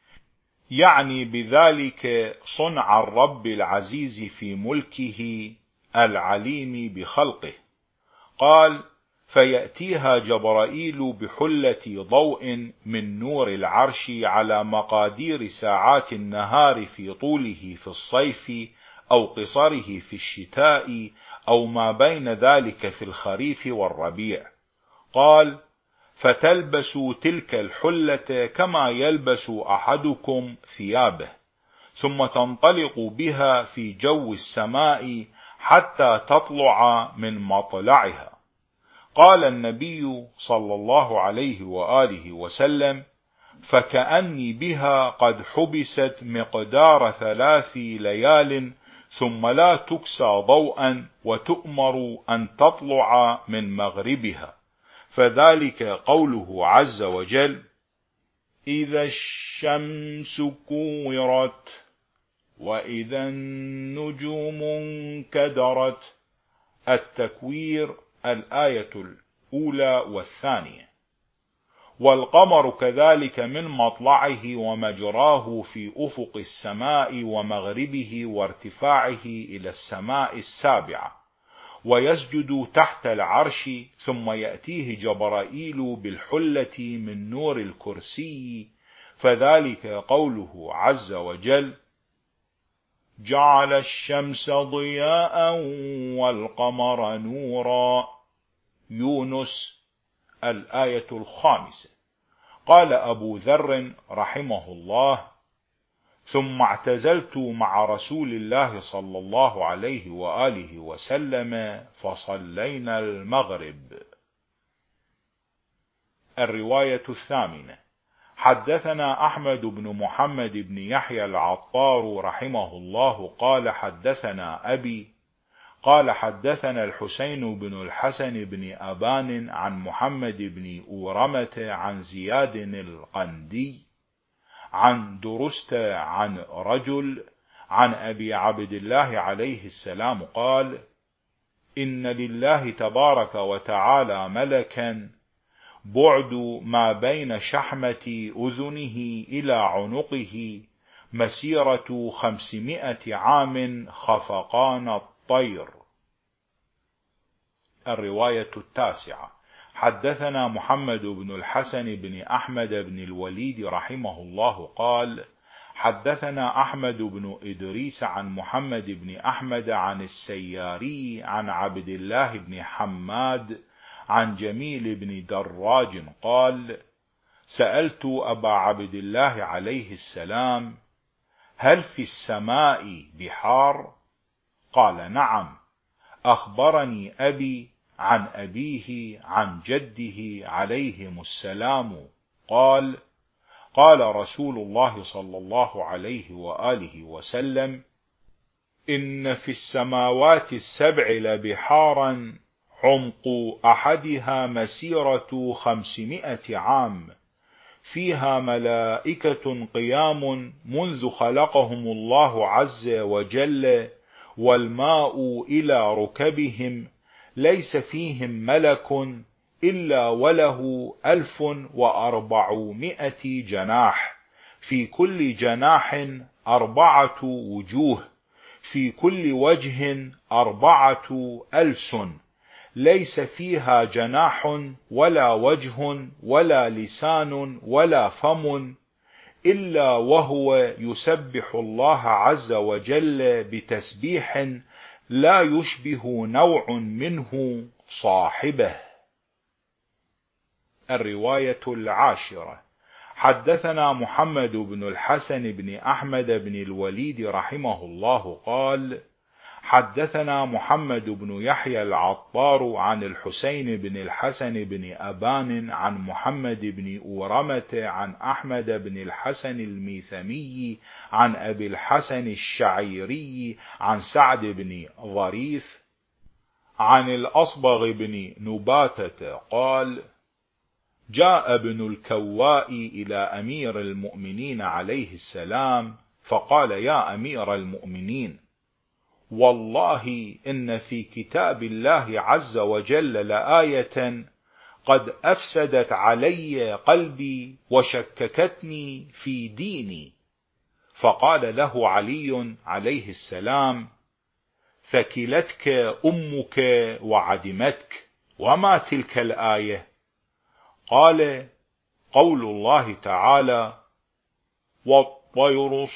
يعني بذلك صنع الرب العزيز في ملكه العليم بخلقه. قال فيأتيها جبرائيل بحلة ضوء من نور العرش على مقادير ساعات النهار في طوله في الصيف أو قصره في الشتاء أو ما بين ذلك في الخريف والربيع. قال فتلبس تلك الحلة كما يلبس أحدكم ثيابه، ثم تنطلق بها في جو السماء حتى تطلع من مطلعها. قال النبي صلى الله عليه وآله وسلم فكأني بها قد حبست مقدار 3 ليال، ثم لا تكسى ضوءا وتؤمر أن تطلع من مغربها. فذلك قوله عز وجل إذا الشمس كورت وإذا النجوم انكدرت. التكوير الآية الأولى والثانية. والقمر كذلك من مطلعه ومجراه في أفق السماء ومغربه وارتفاعه إلى السماء السابعة، ويسجد تحت العرش، ثم يأتيه جبرائيل بالحلة من نور الكرسي. فذلك قوله عز وجل جعل الشمس ضياء والقمر نورا. يونس الآية 5. قال أبو ذر رحمه الله ثم اعتزلت مع رسول الله صلى الله عليه وآله وسلم فصلينا المغرب. الرواية 8. حدثنا أحمد بن محمد بن يحيى العطار رحمه الله قال حدثنا أبي قال حدثنا الحسين بن الحسن بن أبان عن محمد بن أورمة عن زياد القندي عن درست عن رجل عن أبي عبد الله عليه السلام قال إن لله تبارك وتعالى ملكا بعد ما بين شحمة أذنه إلى عنقه مسيرة 500 عام خفقان الطير. الرواية 9. حدثنا محمد بن الحسن بن أحمد بن الوليد رحمه الله قال حدثنا أحمد بن إدريس عن محمد بن أحمد عن السياري عن عبد الله بن حماد عن جميل بن دراج قال سألت أبا عبد الله عليه السلام هل في السماء بحار؟ قال نعم، أخبرني أبي عن أبيه عن جده عليهم السلام قال قال رسول الله صلى الله عليه وآله وسلم إن في السماوات السبع لبحارا عمق أحدها مسيرة 500 عام، فيها ملائكة قيام منذ خلقهم الله عز وجل، والماء إلى ركبهم، ليس فيهم ملك إلا وله 1400 جناح، في كل جناح 4 وجوه، في كل وجه 4 ألسن، ليس فيها جناح ولا وجه ولا لسان ولا فم إلا وهو يسبح الله عز وجل بتسبيح لا يشبه نوع منه صاحبه. الرواية 10. حدثنا محمد بن الحسن بن أحمد بن الوليد رحمه الله قال: حدثنا محمد بن يحيى العطار عن الحسين بن الحسن بن أبان عن محمد بن أورمة عن أحمد بن الحسن الميثمي عن أبي الحسن الشعيري عن سعد بن ظريف عن الأصبغ بن نباتة قال: جاء ابن الكواء إلى أمير المؤمنين عليه السلام فقال: يا أمير المؤمنين، والله إن في كتاب الله عز وجل لآية قد أفسدت علي قلبي وشككتني في ديني. فقال له علي عليه السلام: ثكلتك أمك وعدمتك، وما تلك الآية؟ قال: قول الله تعالى: والطير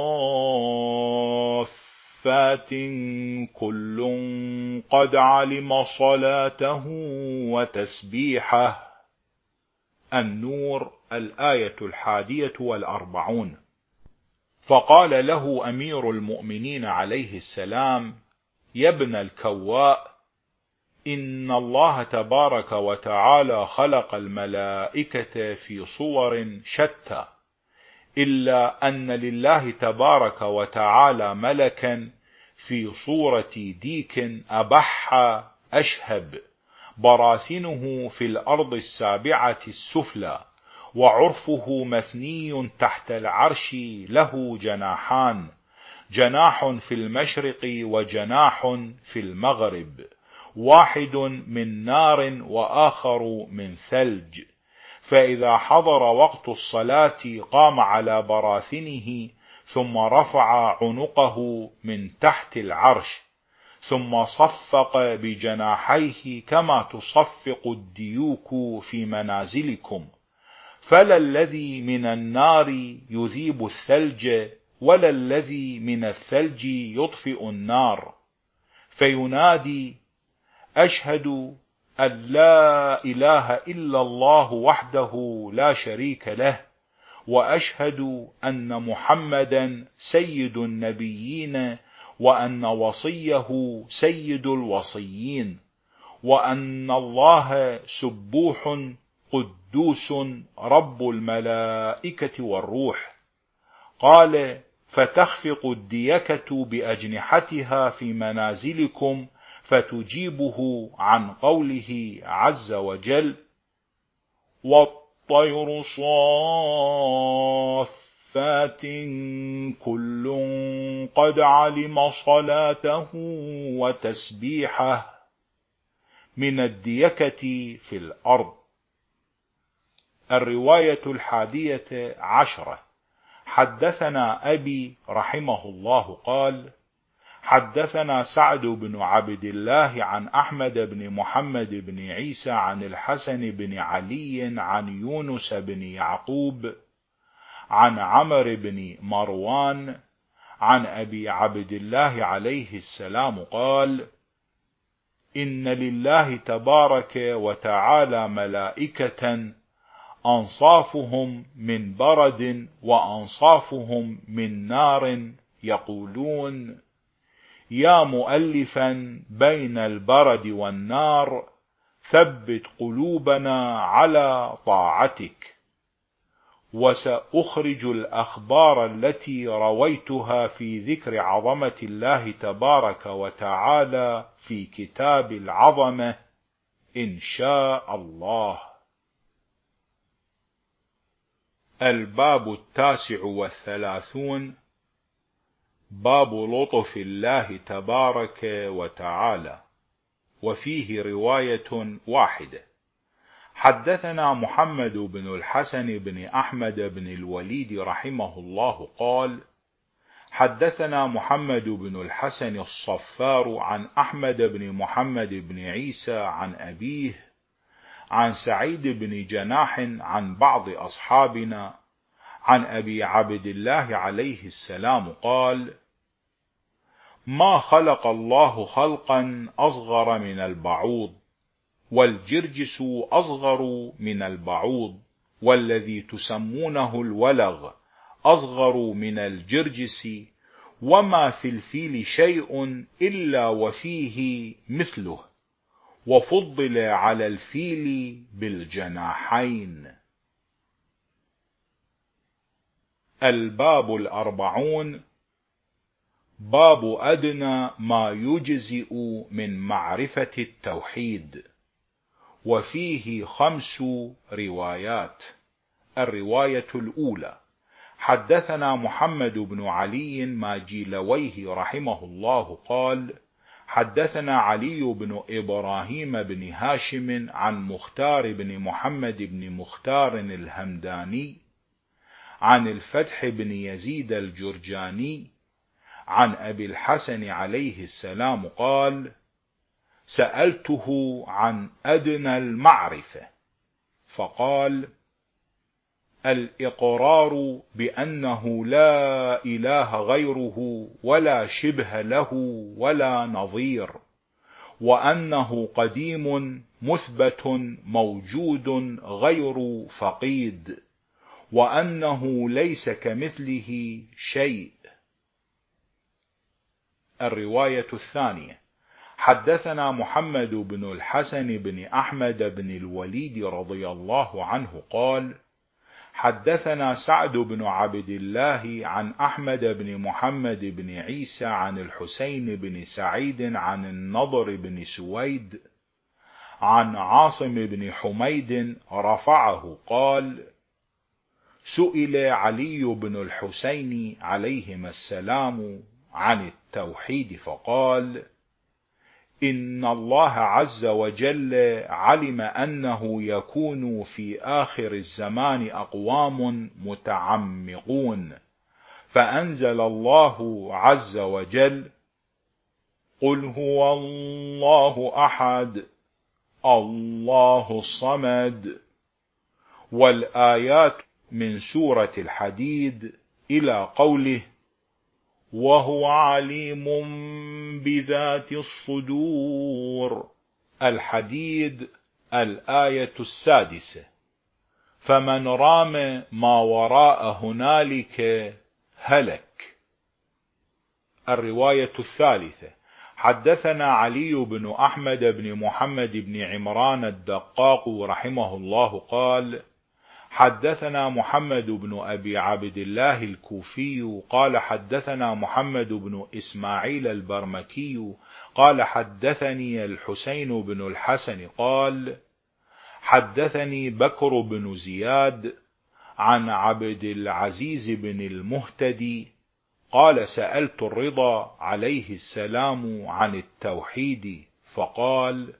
صافات كل قد علم صلاته وتسبيحه. النور، الآية 41. فقال له أمير المؤمنين عليه السلام: يا ابن الكواء، إن الله تبارك وتعالى خلق الملائكة في صور شتى، إلا أن لله تبارك وتعالى ملكا في صورة ديك أبح أشهب، براثنه في الأرض السابعة السفلى، وعرفه مثني تحت العرش، له جناحان، جناح في المشرق وجناح في المغرب، واحد من نار وآخر من ثلج، فإذا حضر وقت الصلاة قام على براثنه، ثم رفع عنقه من تحت العرش، ثم صفق بجناحيه كما تصفق الديوك في منازلكم، فلا الذي من النار يذيب الثلج ولا الذي من الثلج يطفئ النار، فينادي: أشهد أن لا إله إلا الله وحده لا شريك له، وأشهد أن محمدا سيد النبيين، وأن وصيه سيد الوصيين، وأن الله سبوح قدوس رب الملائكة والروح. قال: فتخفق الديكة بأجنحتها في منازلكم، فتجيبه عن قوله عز وجل: والطير صافات كل قد علم صلاته وتسبيحه، من الديكة في الأرض. الرواية 11. حدثنا أبي رحمه الله قال: حدثنا سعد بن عبد الله عن أحمد بن محمد بن عيسى عن الحسن بن علي عن يونس بن يعقوب عن عمرو بن مروان عن أبي عبد الله عليه السلام قال: إن لله تبارك وتعالى ملائكة أنصافهم من برد وأنصافهم من نار، يقولون: يا مؤلفا بين البرد والنار، ثبت قلوبنا على طاعتك. وسأخرج الأخبار التي رويتها في ذكر عظمة الله تبارك وتعالى في كتاب العظمة إن شاء الله. الباب 39 باب لطف الله تبارك وتعالى، وفيه رواية واحدة. حدثنا محمد بن الحسن بن أحمد بن الوليد رحمه الله قال: حدثنا محمد بن الحسن الصفار عن أحمد بن محمد بن عيسى عن أبيه عن سعيد بن جناح عن بعض أصحابنا عن أبي عبد الله عليه السلام قال: ما خلق الله خلقا أصغر من البعوض، والجرجس أصغر من البعوض، والذي تسمونه الولغ أصغر من الجرجس، وما في الفيل شيء إلا وفيه مثله، وفضل على الفيل بالجناحين. الباب 40 باب أدنى ما يجزئ من معرفة التوحيد، وفيه 5 روايات. الرواية الأولى: حدثنا محمد بن علي ماجيلويه رحمه الله قال: حدثنا علي بن إبراهيم بن هاشم عن مختار بن محمد بن مختار الهمداني عن الفتح بن يزيد الجرجاني عن أبي الحسن عليه السلام قال: سألته عن أدنى المعرفة فقال: الإقرار بأنه لا إله غيره ولا شبه له ولا نظير، وأنه قديم مثبت موجود غير فقيد، وأنه ليس كمثله شيء. الرواية الثانية: حدثنا محمد بن الحسن بن أحمد بن الوليد رضي الله عنه قال: حدثنا سعد بن عبد الله عن أحمد بن محمد بن عيسى عن الحسين بن سعيد عن النضر بن سويد عن عاصم بن حميد رفعه قال: سئل علي بن الحسين عليهما السلام عن التوحيد فقال: إن الله عز وجل علم أنه يكون في آخر الزمان أقوام متعمقون، فأنزل الله عز وجل: قل هو الله أحد الله الصمد، والآيات من سورة الحديد إلى قوله: وهو عليم بذات الصدور. الحديد الآية 6. فمن رام ما وراء هنالك هلك. الرواية الثالثة: حدثنا علي بن أحمد بن محمد بن عمران الدقاق رحمه الله قال: حدثنا محمد بن أبي عبد الله الكوفي قال: حدثنا محمد بن إسماعيل البرمكي قال: حدثني الحسين بن الحسن قال: حدثني بكر بن زياد عن عبد العزيز بن المهتدي قال: سألت الرضا عليه السلام عن التوحيد فقال: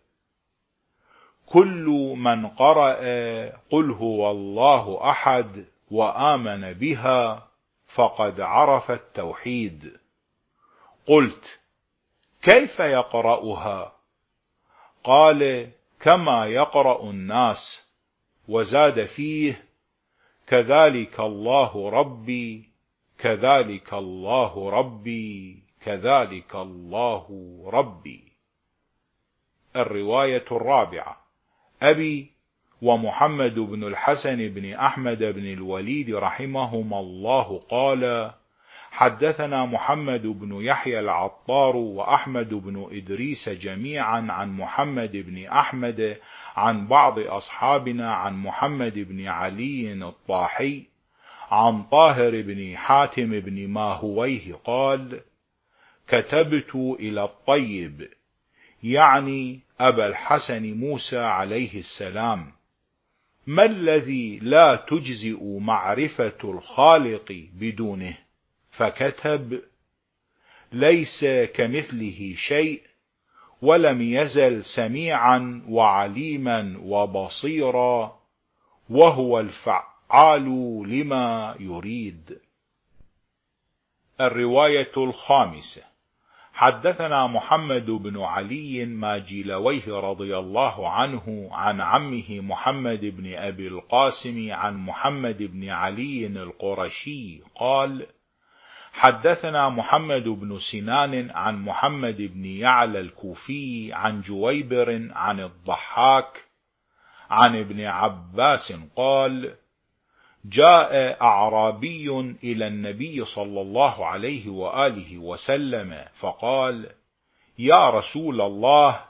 كل من قرأ قل هو الله أحد وآمن بها فقد عرف التوحيد. قلت: كيف يقرأها؟ قال: كما يقرأ الناس. وزاد فيه: كذلك الله ربي كذلك الله ربي كذلك الله ربي. الرواية الرابعة: أبي ومحمد بن الحسن بن أحمد بن الوليد رحمهما الله قال: حدثنا محمد بن يحيى العطار وأحمد بن إدريس جميعا عن محمد بن أحمد عن بعض أصحابنا عن محمد بن علي الطاحي عن طاهر بن حاتم بن ماهويه قال: كتبت إلى الطيب يعني أبا الحسن موسى عليه السلام: ما الذي لا تجزئ معرفة الخالق بدونه؟ فكتب: ليس كمثله شيء، ولم يزل سميعا وعليما وبصيرا، وهو الفعال لما يريد. الرواية الخامسة: حدثنا محمد بن علي ماجلويه رضي الله عنه عن عمه محمد بن أبي القاسم عن محمد بن علي القرشي قال: حدثنا محمد بن سنان عن محمد بن يعلى الكوفي عن جويبر عن الضحاك عن ابن عباس قال: جاء أعرابي إلى النبي صلى الله عليه وآله وسلم فقال: يا رسول الله،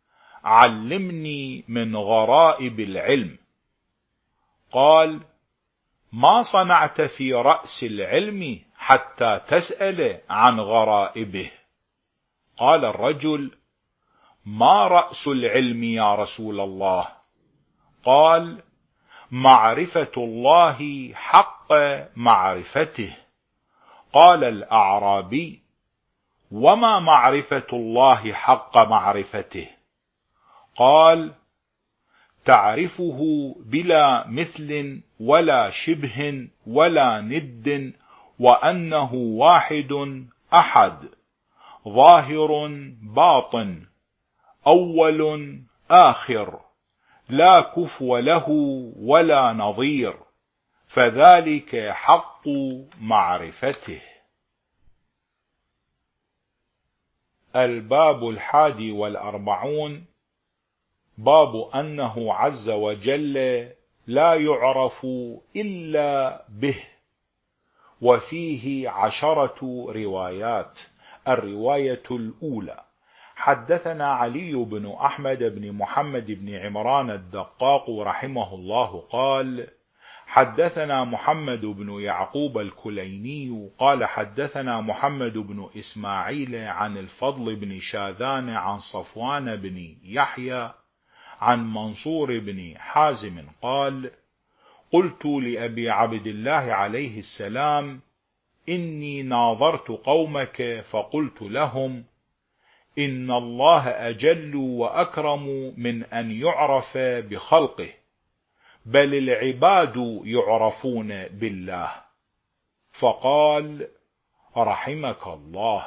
علمني من غرائب العلم. قال: ما صنعت في رأس العلم حتى تسأل عن غرائبه؟ قال الرجل: ما رأس العلم يا رسول الله؟ قال: معرفة الله حق معرفته. قال الأعرابي: وما معرفة الله حق معرفته؟ قال: تعرفه بلا مثل ولا شبه ولا ند، وأنه واحد أحد، ظاهر باطن، أول آخر، لا كفو له ولا نظير، فذلك حق معرفته. الباب 41 باب أنه عز وجل لا يعرف إلا به، وفيه 10 روايات. الرواية الأولى: حدثنا علي بن أحمد بن محمد بن عمران الدقاق رحمه الله قال: حدثنا محمد بن يعقوب الكليني قال: حدثنا محمد بن إسماعيل عن الفضل بن شاذان عن صفوان بن يحيى عن منصور بن حازم قال: قلت لأبي عبد الله عليه السلام: إني ناظرت قومك فقلت لهم: إن الله أجل وأكرم من أن يعرف بخلقه، بل العباد يعرفون بالله. فقال: رحمك الله.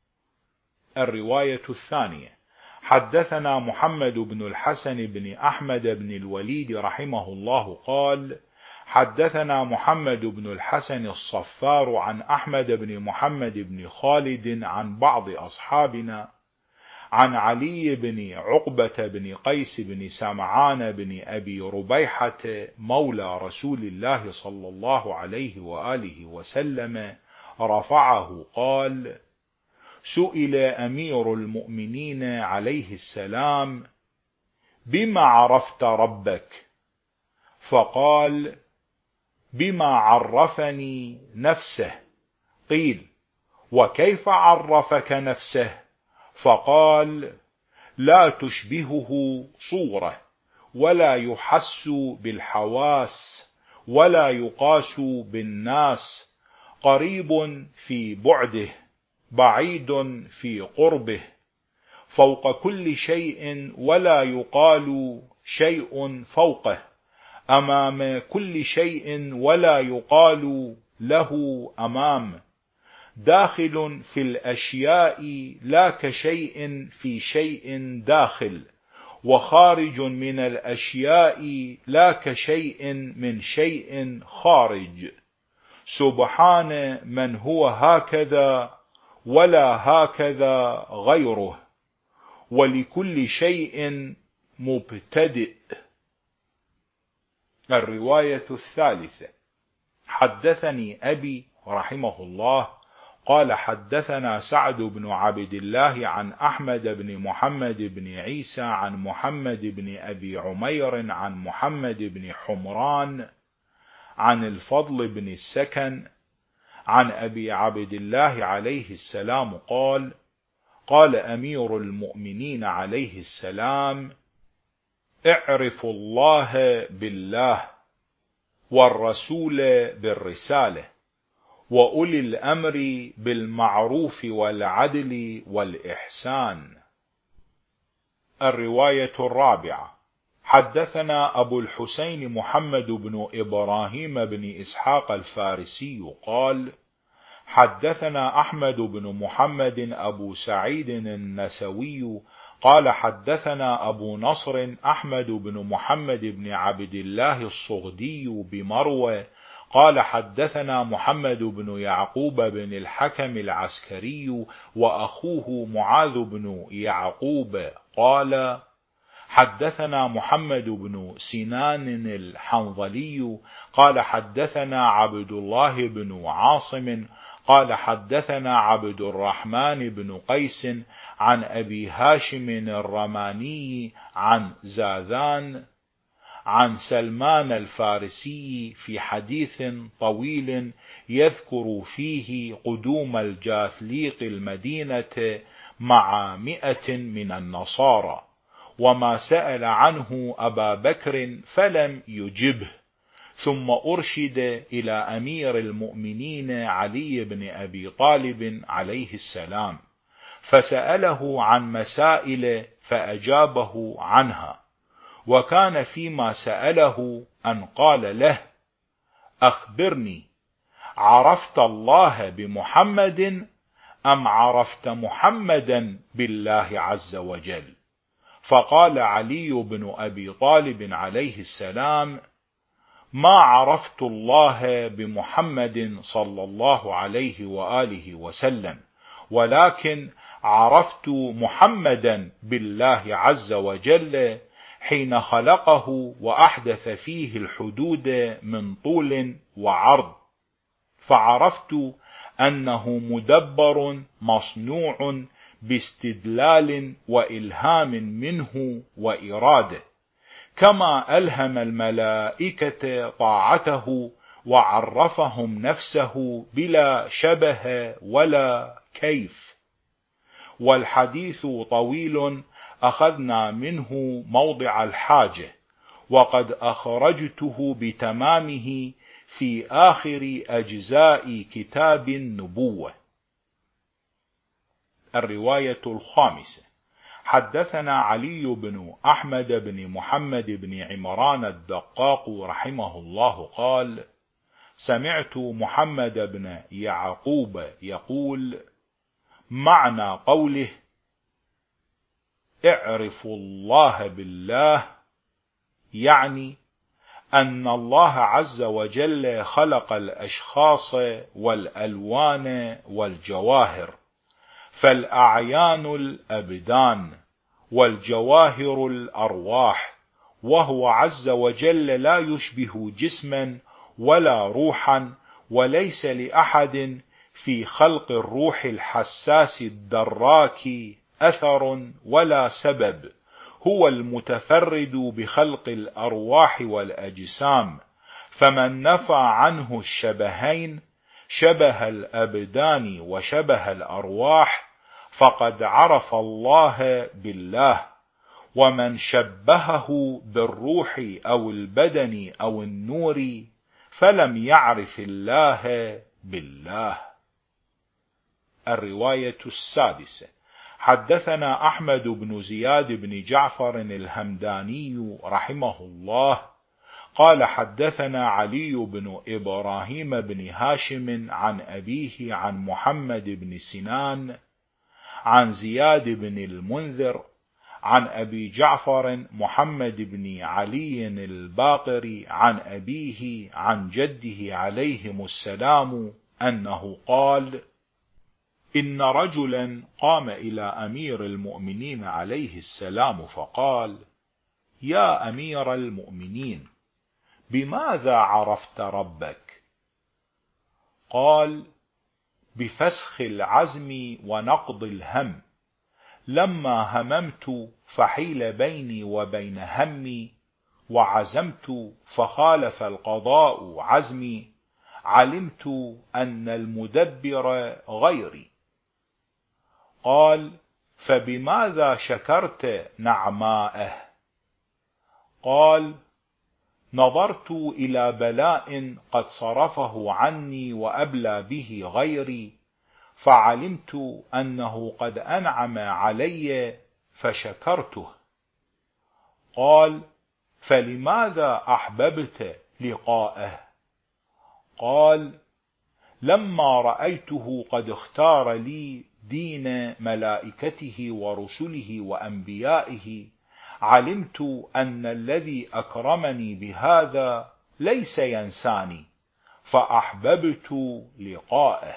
الرواية الثانية: حدثنا محمد بن الحسن بن أحمد بن الوليد رحمه الله قال: حدثنا محمد بن الحسن الصفار عن أحمد بن محمد بن خالد عن بعض أصحابنا عن علي بن عقبة بن قيس بن سمعان بن أبي ربيحة مولى رسول الله صلى الله عليه وآله وسلم رفعه قال: سئل أمير المؤمنين عليه السلام: بما عرفت ربك؟ فقال: بما عرفني نفسه. قيل: وكيف عرفك نفسه؟ فقال: لا تشبهه صورة، ولا يحس بالحواس، ولا يقاس بالناس، قريب في بعده، بعيد في قربه، فوق كل شيء ولا يقال شيء فوقه، أمام كل شيء ولا يقال له أمام، داخل في الأشياء لا كشيء في شيء داخل، وخارج من الأشياء لا كشيء من شيء خارج، سبحان من هو هكذا ولا هكذا غيره، ولكل شيء مبتدئ. الرواية الثالثة: حدثني أبي رحمه الله قال: حدثنا سعد بن عبد الله عن أحمد بن محمد بن عيسى عن محمد بن أبي عمير عن محمد بن حمران عن الفضل بن السكن عن أبي عبد الله عليه السلام قال: قال أمير المؤمنين عليه السلام: اعرفوا الله بالله، والرسول بالرسالة، وأولي الأمر بالمعروف والعدل والإحسان. الرواية الرابعة: حدثنا أبو الحسين محمد بن إبراهيم بن إسحاق الفارسي قال: حدثنا أحمد بن محمد أبو سعيد النسوي قال: حدثنا أبو نصر أحمد بن محمد بن عبد الله الصغدي بمروى قال: حدثنا محمد بن يعقوب بن الحكم العسكري وأخوه معاذ بن يعقوب قال: حدثنا محمد بن سنان الحنظلي قال: حدثنا عبد الله بن عاصم قال: حدثنا عبد الرحمن بن قيس عن أبي هاشم الرماني عن زاذان عن سلمان الفارسي في حديث طويل يذكر فيه قدوم الجاثليق المدينة مع 100 من النصارى، وما سأل عنه أبا بكر فلم يجبه، ثم أرشد إلى أمير المؤمنين علي بن أبي طالب عليه السلام، فسأله عن مسائل فأجابه عنها، وكان فيما سأله أن قال له: أخبرني، عرفت الله بمحمد أم عرفت محمدا بالله عز وجل؟ فقال علي بن أبي طالب عليه السلام: ما عرفت الله بمحمد صلى الله عليه وآله وسلم، ولكن عرفت محمدا بالله عز وجل حين خلقه وأحدث فيه الحدود من طول وعرض، فعرفت أنه مدبر مصنوع باستدلال وإلهام منه وإرادة، كما ألهم الملائكة طاعته وعرفهم نفسه بلا شبه ولا كيف. والحديث طويل أخذنا منه موضع الحاجة، وقد أخرجته بتمامه في آخر أجزاء كتاب النبوة. الرواية الخامسة: حدثنا علي بن أحمد بن محمد بن عمران الدقاق رحمه الله قال: سمعت محمد بن يعقوب يقول: معنى قوله اعرفوا الله بالله، يعني أن الله عز وجل خلق الأشخاص والألوان والجواهر، فالأعيان الأبدان والجواهر الأرواح، وهو عز وجل لا يشبه جسما ولا روحا، وليس لأحد في خلق الروح الحساس الدراك أثر ولا سبب، هو المتفرد بخلق الأرواح والأجسام، فمن نفى عنه الشبهين، شبه الأبدان وشبه الأرواح، فقد عرف الله بالله، ومن شبهه بالروح أو البدن أو النور فلم يعرف الله بالله. الرواية السادسة: حدثنا أحمد بن زياد بن جعفر الهمداني رحمه الله قال: حدثنا علي بن إبراهيم بن هاشم عن أبيه عن محمد بن سنان عن زياد بن المنذر عن أبي جعفر محمد بن علي الباقر عن أبيه عن جده عليهم السلام أنه قال: إن رجلا قام إلى أمير المؤمنين عليه السلام فقال: يا أمير المؤمنين، بماذا عرفت ربك؟ قال: بفسخ العزم ونقض الهم، لما هممت فحيل بيني وبين همي، وعزمت فخالف القضاء عزمي، علمت أن المدبر غيري. قال: فبماذا شكرت نعماءه؟ قال: نظرت إلى بلاء قد صرفه عني وأبلى به غيري، فعلمت أنه قد أنعم علي فشكرته. قال: فلماذا أحببت لقاءه؟ قال: لما رأيته قد اختار لي دين ملائكته ورسله وأنبيائه، علمت أن الذي أكرمني بهذا ليس ينساني، فأحببت لقاءه.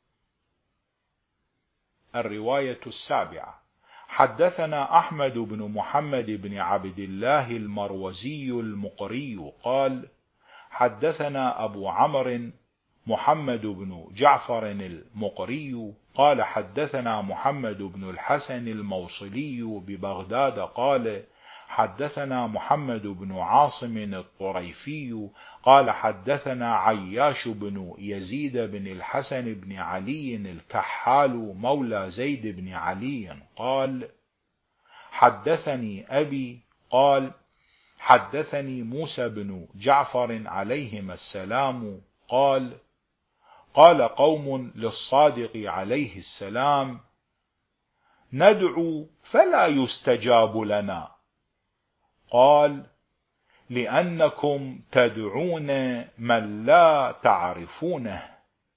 الرواية السابعة: حدثنا أحمد بن محمد بن عبد الله المروزي المقري قال: حدثنا أبو عمرو محمد بن جعفر المقري قال: حدثنا محمد بن الحسن الموصلي ببغداد قال: حدثنا محمد بن عاصم الطريفي قال: حدثنا عياش بن يزيد بن الحسن بن علي الكحال مولى زيد بن علي قال: حدثني أبي قال: حدثني موسى بن جعفر عليهما السلام قال: قال قوم للصادق عليه السلام: ندعو فلا يستجاب لنا. قال: لأنكم تدعون من لا تعرفونه.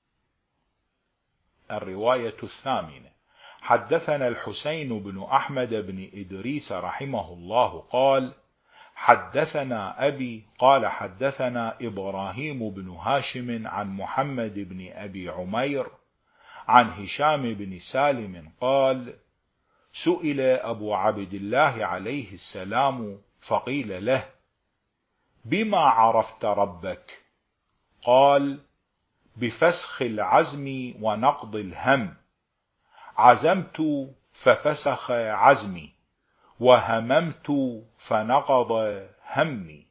الرواية الثامنة: حدثنا الحسين بن أحمد بن إدريس رحمه الله قال: حدثنا أبي قال: حدثنا إبراهيم بن هاشم عن محمد بن أبي عمير عن هشام بن سالم قال: سئل أبو عبد الله عليه السلام فقيل له: بما عرفت ربك؟ قال: بفسخ العزم ونقض الهم. عزمت ففسخ عزمي، وهممت فنقض همي.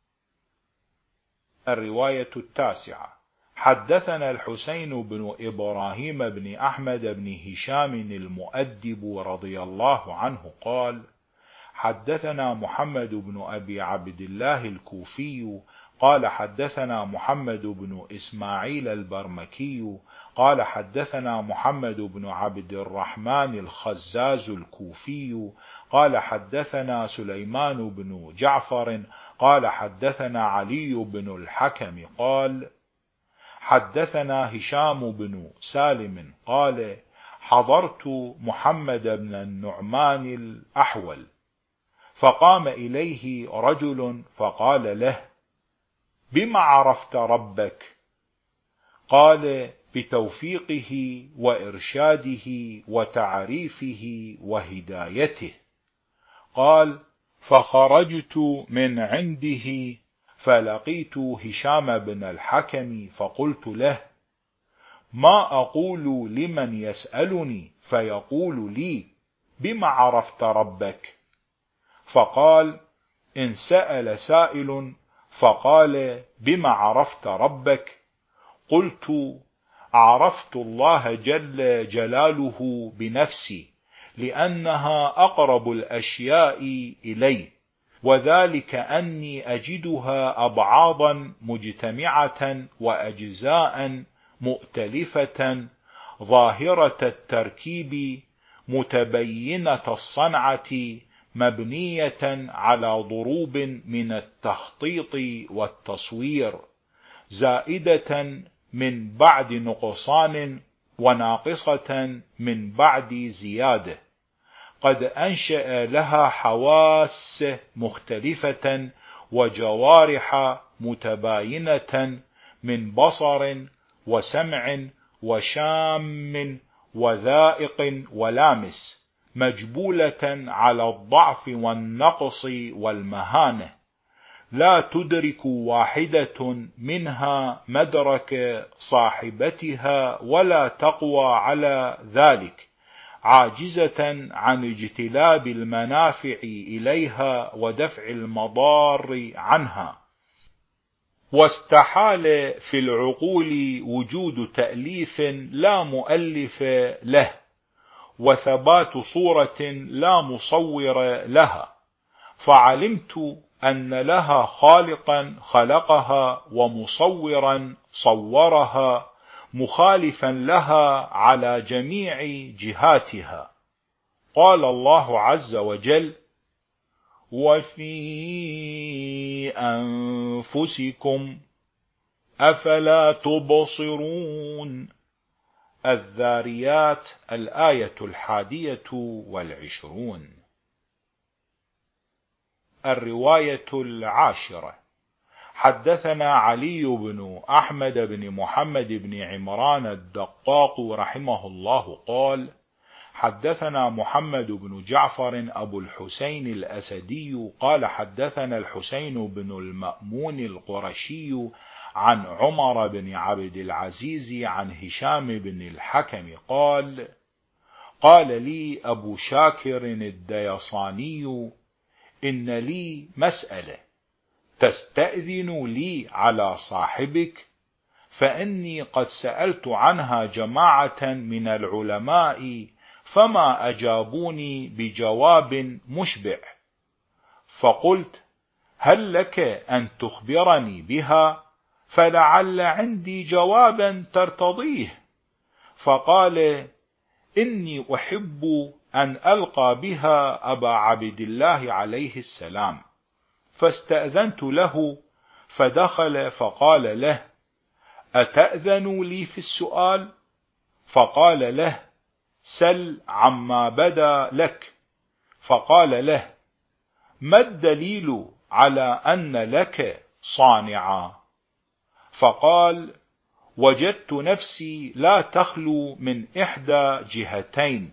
الرواية التاسعة: حدثنا الحسين بن إبراهيم بن أحمد بن هشام المؤدب رضي الله عنه قال: حدثنا محمد بن أبي عبد الله الكوفي قال: حدثنا محمد بن إسماعيل البرمكي قال: حدثنا محمد بن عبد الرحمن الخزاز الكوفي قال: حدثنا سليمان بن جعفر قال: حدثنا علي بن الحكم قال: حدثنا هشام بن سالم قال: حضرت محمد بن النعمان الأحول، فقام إليه رجل فقال له: بما عرفت ربك؟ قال: بتوفيقه وإرشاده وتعريفه وهدايته. قال: فخرجت من عنده فلقيت هشام بن الحكم فقلت له: ما أقول لمن يسألني فيقول لي: بما عرفت ربك؟ فقال: إن سأل سائل فقال: بما عرفت ربك؟ قلت: عرفت الله جل جلاله بنفسي، لأنها أقرب الأشياء إلي، وذلك أني أجدها أبعاضا مجتمعة وأجزاء مؤتلفة ظاهرة التركيب متبينة الصنعة مبنية على ضروب من التخطيط والتصوير، زائدة من بعد نقصان وناقصة من بعد زيادة، قد أنشأ لها حواس مختلفة وجوارح متباينة من بصر وسمع وشام وذائق ولامس، مجبولة على الضعف والنقص والمهانة، لا تدرك واحدة منها مدرك صاحبتها ولا تقوى على ذلك، عاجزة عن اجتلاب المنافع إليها ودفع المضار عنها، واستحال في العقول وجود تأليف لا مؤلف له، وثبات صورة لا مصور لها، فعلمت أن لها خالقا خلقها ومصورا صورها مخالفا لها على جميع جهاتها. قال الله عز وجل: وفي أنفسكم أفلا تبصرون. الذاريات الآية 21. الرواية 10. حدثنا علي بن أحمد بن محمد بن عمران الدقاق رحمه الله قال: حدثنا محمد بن جعفر أبو الحسين الأسدي قال: حدثنا الحسين بن المأمون القرشي عن عمر بن عبد العزيز عن هشام بن الحكم قال: قال لي أبو شاكر الديصاني: إن لي مسألة، تستأذن لي على صاحبك؟ فإني قد سألت عنها جماعة من العلماء فما أجابوني بجواب مشبع، فقلت: هل لك أن تخبرني بها؟ فلعل عندي جوابا ترتضيه. فقال: إني أحب أن ألقى بها أبا عبد الله عليه السلام. فاستأذنت له، فدخل فقال له: أتأذن لي في السؤال؟ فقال له: سل عما بدا لك. فقال له: ما الدليل على أن لك صانعا؟ فقال: وجدت نفسي لا تخلو من إحدى جهتين،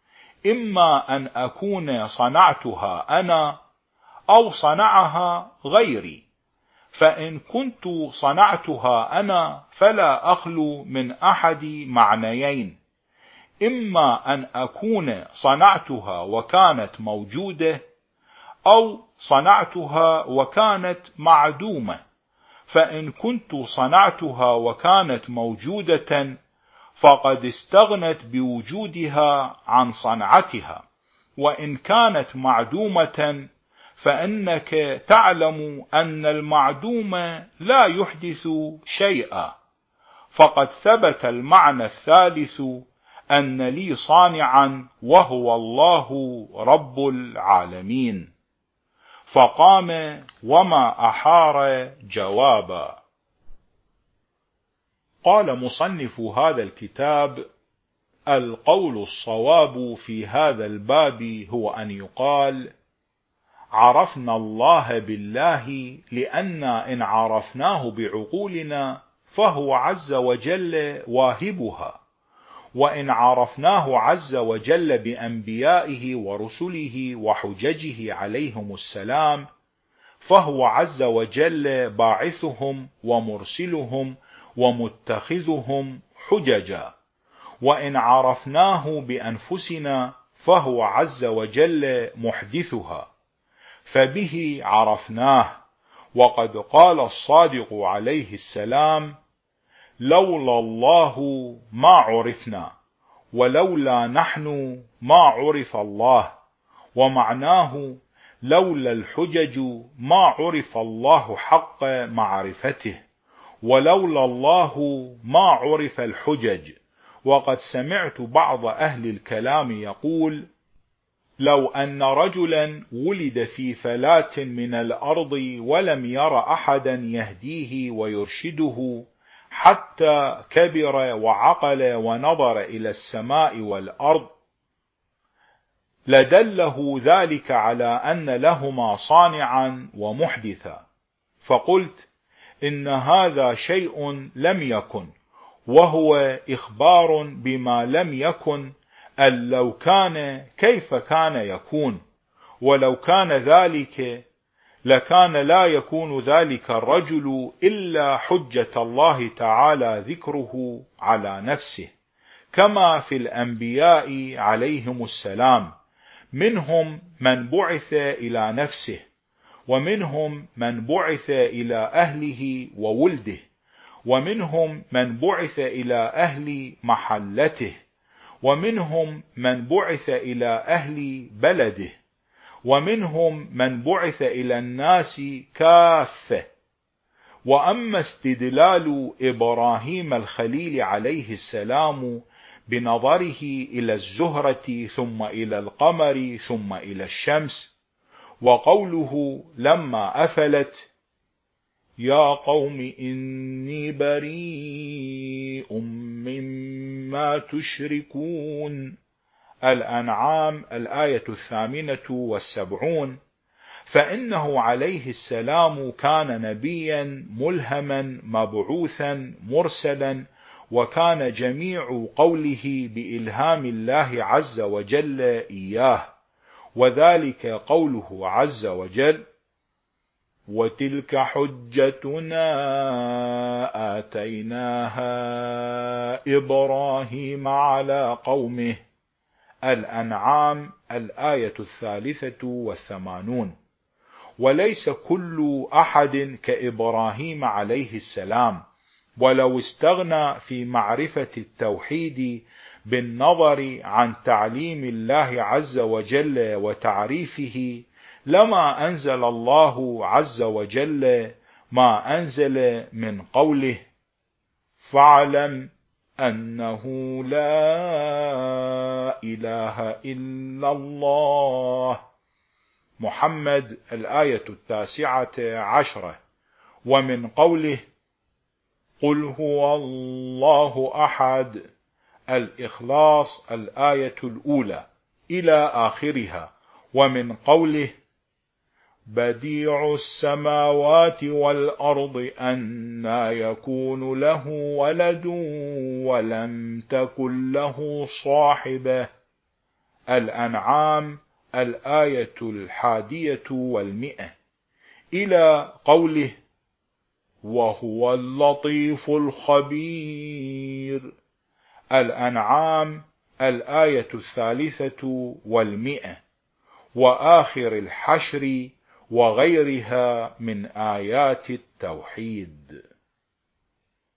إما أن أكون صنعتها أنا أو صنعها غيري، فإن كنت صنعتها أنا فلا أخلو من أحد معنيين: إما أن أكون صنعتها وكانت موجودة، أو صنعتها وكانت معدومة، فإن كنت صنعتها وكانت موجودة فقد استغنت بوجودها عن صنعتها، وإن كانت معدومة فإنك تعلم أن المعدوم لا يحدث شيئا. فقد ثبت المعنى الثالث أن لي صانعا وهو الله رب العالمين. فقام وما أحار جوابا. قال مصنف هذا الكتاب: القول الصواب في هذا الباب هو أن يقال: عرفنا الله بالله لأن إن عرفناه بعقولنا فهو عز وجل واهبها، وإن عرفناه عز وجل بأنبيائه ورسله وحججه عليهم السلام فهو عز وجل باعثهم ومرسلهم ومتخذهم حججا، وإن عرفناه بأنفسنا فهو عز وجل محدثها، فبه عرفناه. وقد قال الصادق عليه السلام: لولا الله ما عرفنا، ولولا نحن ما عرف الله. ومعناه: لولا الحجج ما عرف الله حق معرفته، ولولا الله ما عرف الحجج. وقد سمعت بعض أهل الكلام يقول: لو أن رجلا ولد في فلاة من الأرض ولم ير أحدا يهديه ويرشده حتى كبر وعقل ونظر إلى السماء والأرض، لدله ذلك على أن لهما صانعا ومحدثا. فقلت: إن هذا شيء لم يكن، وهو إخبار بما لم يكن، أن لو كان كيف كان يكون، ولو كان ذلك لكان لا يكون ذلك الرجل إلا حجة الله تعالى ذكره على نفسه، كما في الأنبياء عليهم السلام، منهم من بعث إلى نفسه، ومنهم من بعث إلى أهله وولده، ومنهم من بعث إلى أهل محلته، ومنهم من بعث إلى أهل بلده، ومنهم من بعث إلى الناس كافة. وأما استدلال إبراهيم الخليل عليه السلام بنظره إلى الزهرة ثم إلى القمر ثم إلى الشمس، وقوله لما أفلت يا قوم إني بريء مما تشركون، الأنعام الآية 78، فإنه عليه السلام كان نبيا ملهما مبعوثا مرسلا، وكان جميع قوله بإلهام الله عز وجل إياه، وذلك قوله عز وجل وتلك حجتنا آتيناها إبراهيم على قومه، الأنعام الآية 83. وليس كل أحد كإبراهيم عليه السلام، ولو استغنى في معرفة التوحيد بالنظر عن تعليم الله عز وجل وتعريفه لما أنزل الله عز وجل ما أنزل من قوله فاعلم أنه لا إله إلا الله، محمد الآية 19، ومن قوله قل هو الله أحد، الإخلاص الآية 1 إلى آخرها، ومن قوله بديع السماوات والأرض أنى يكون له ولد ولم تكن له صاحبة، الأنعام الآية 100، إلى قوله وهو اللطيف الخبير، الأنعام الآية 100، وآخر الحشر وغيرها من آيات التوحيد.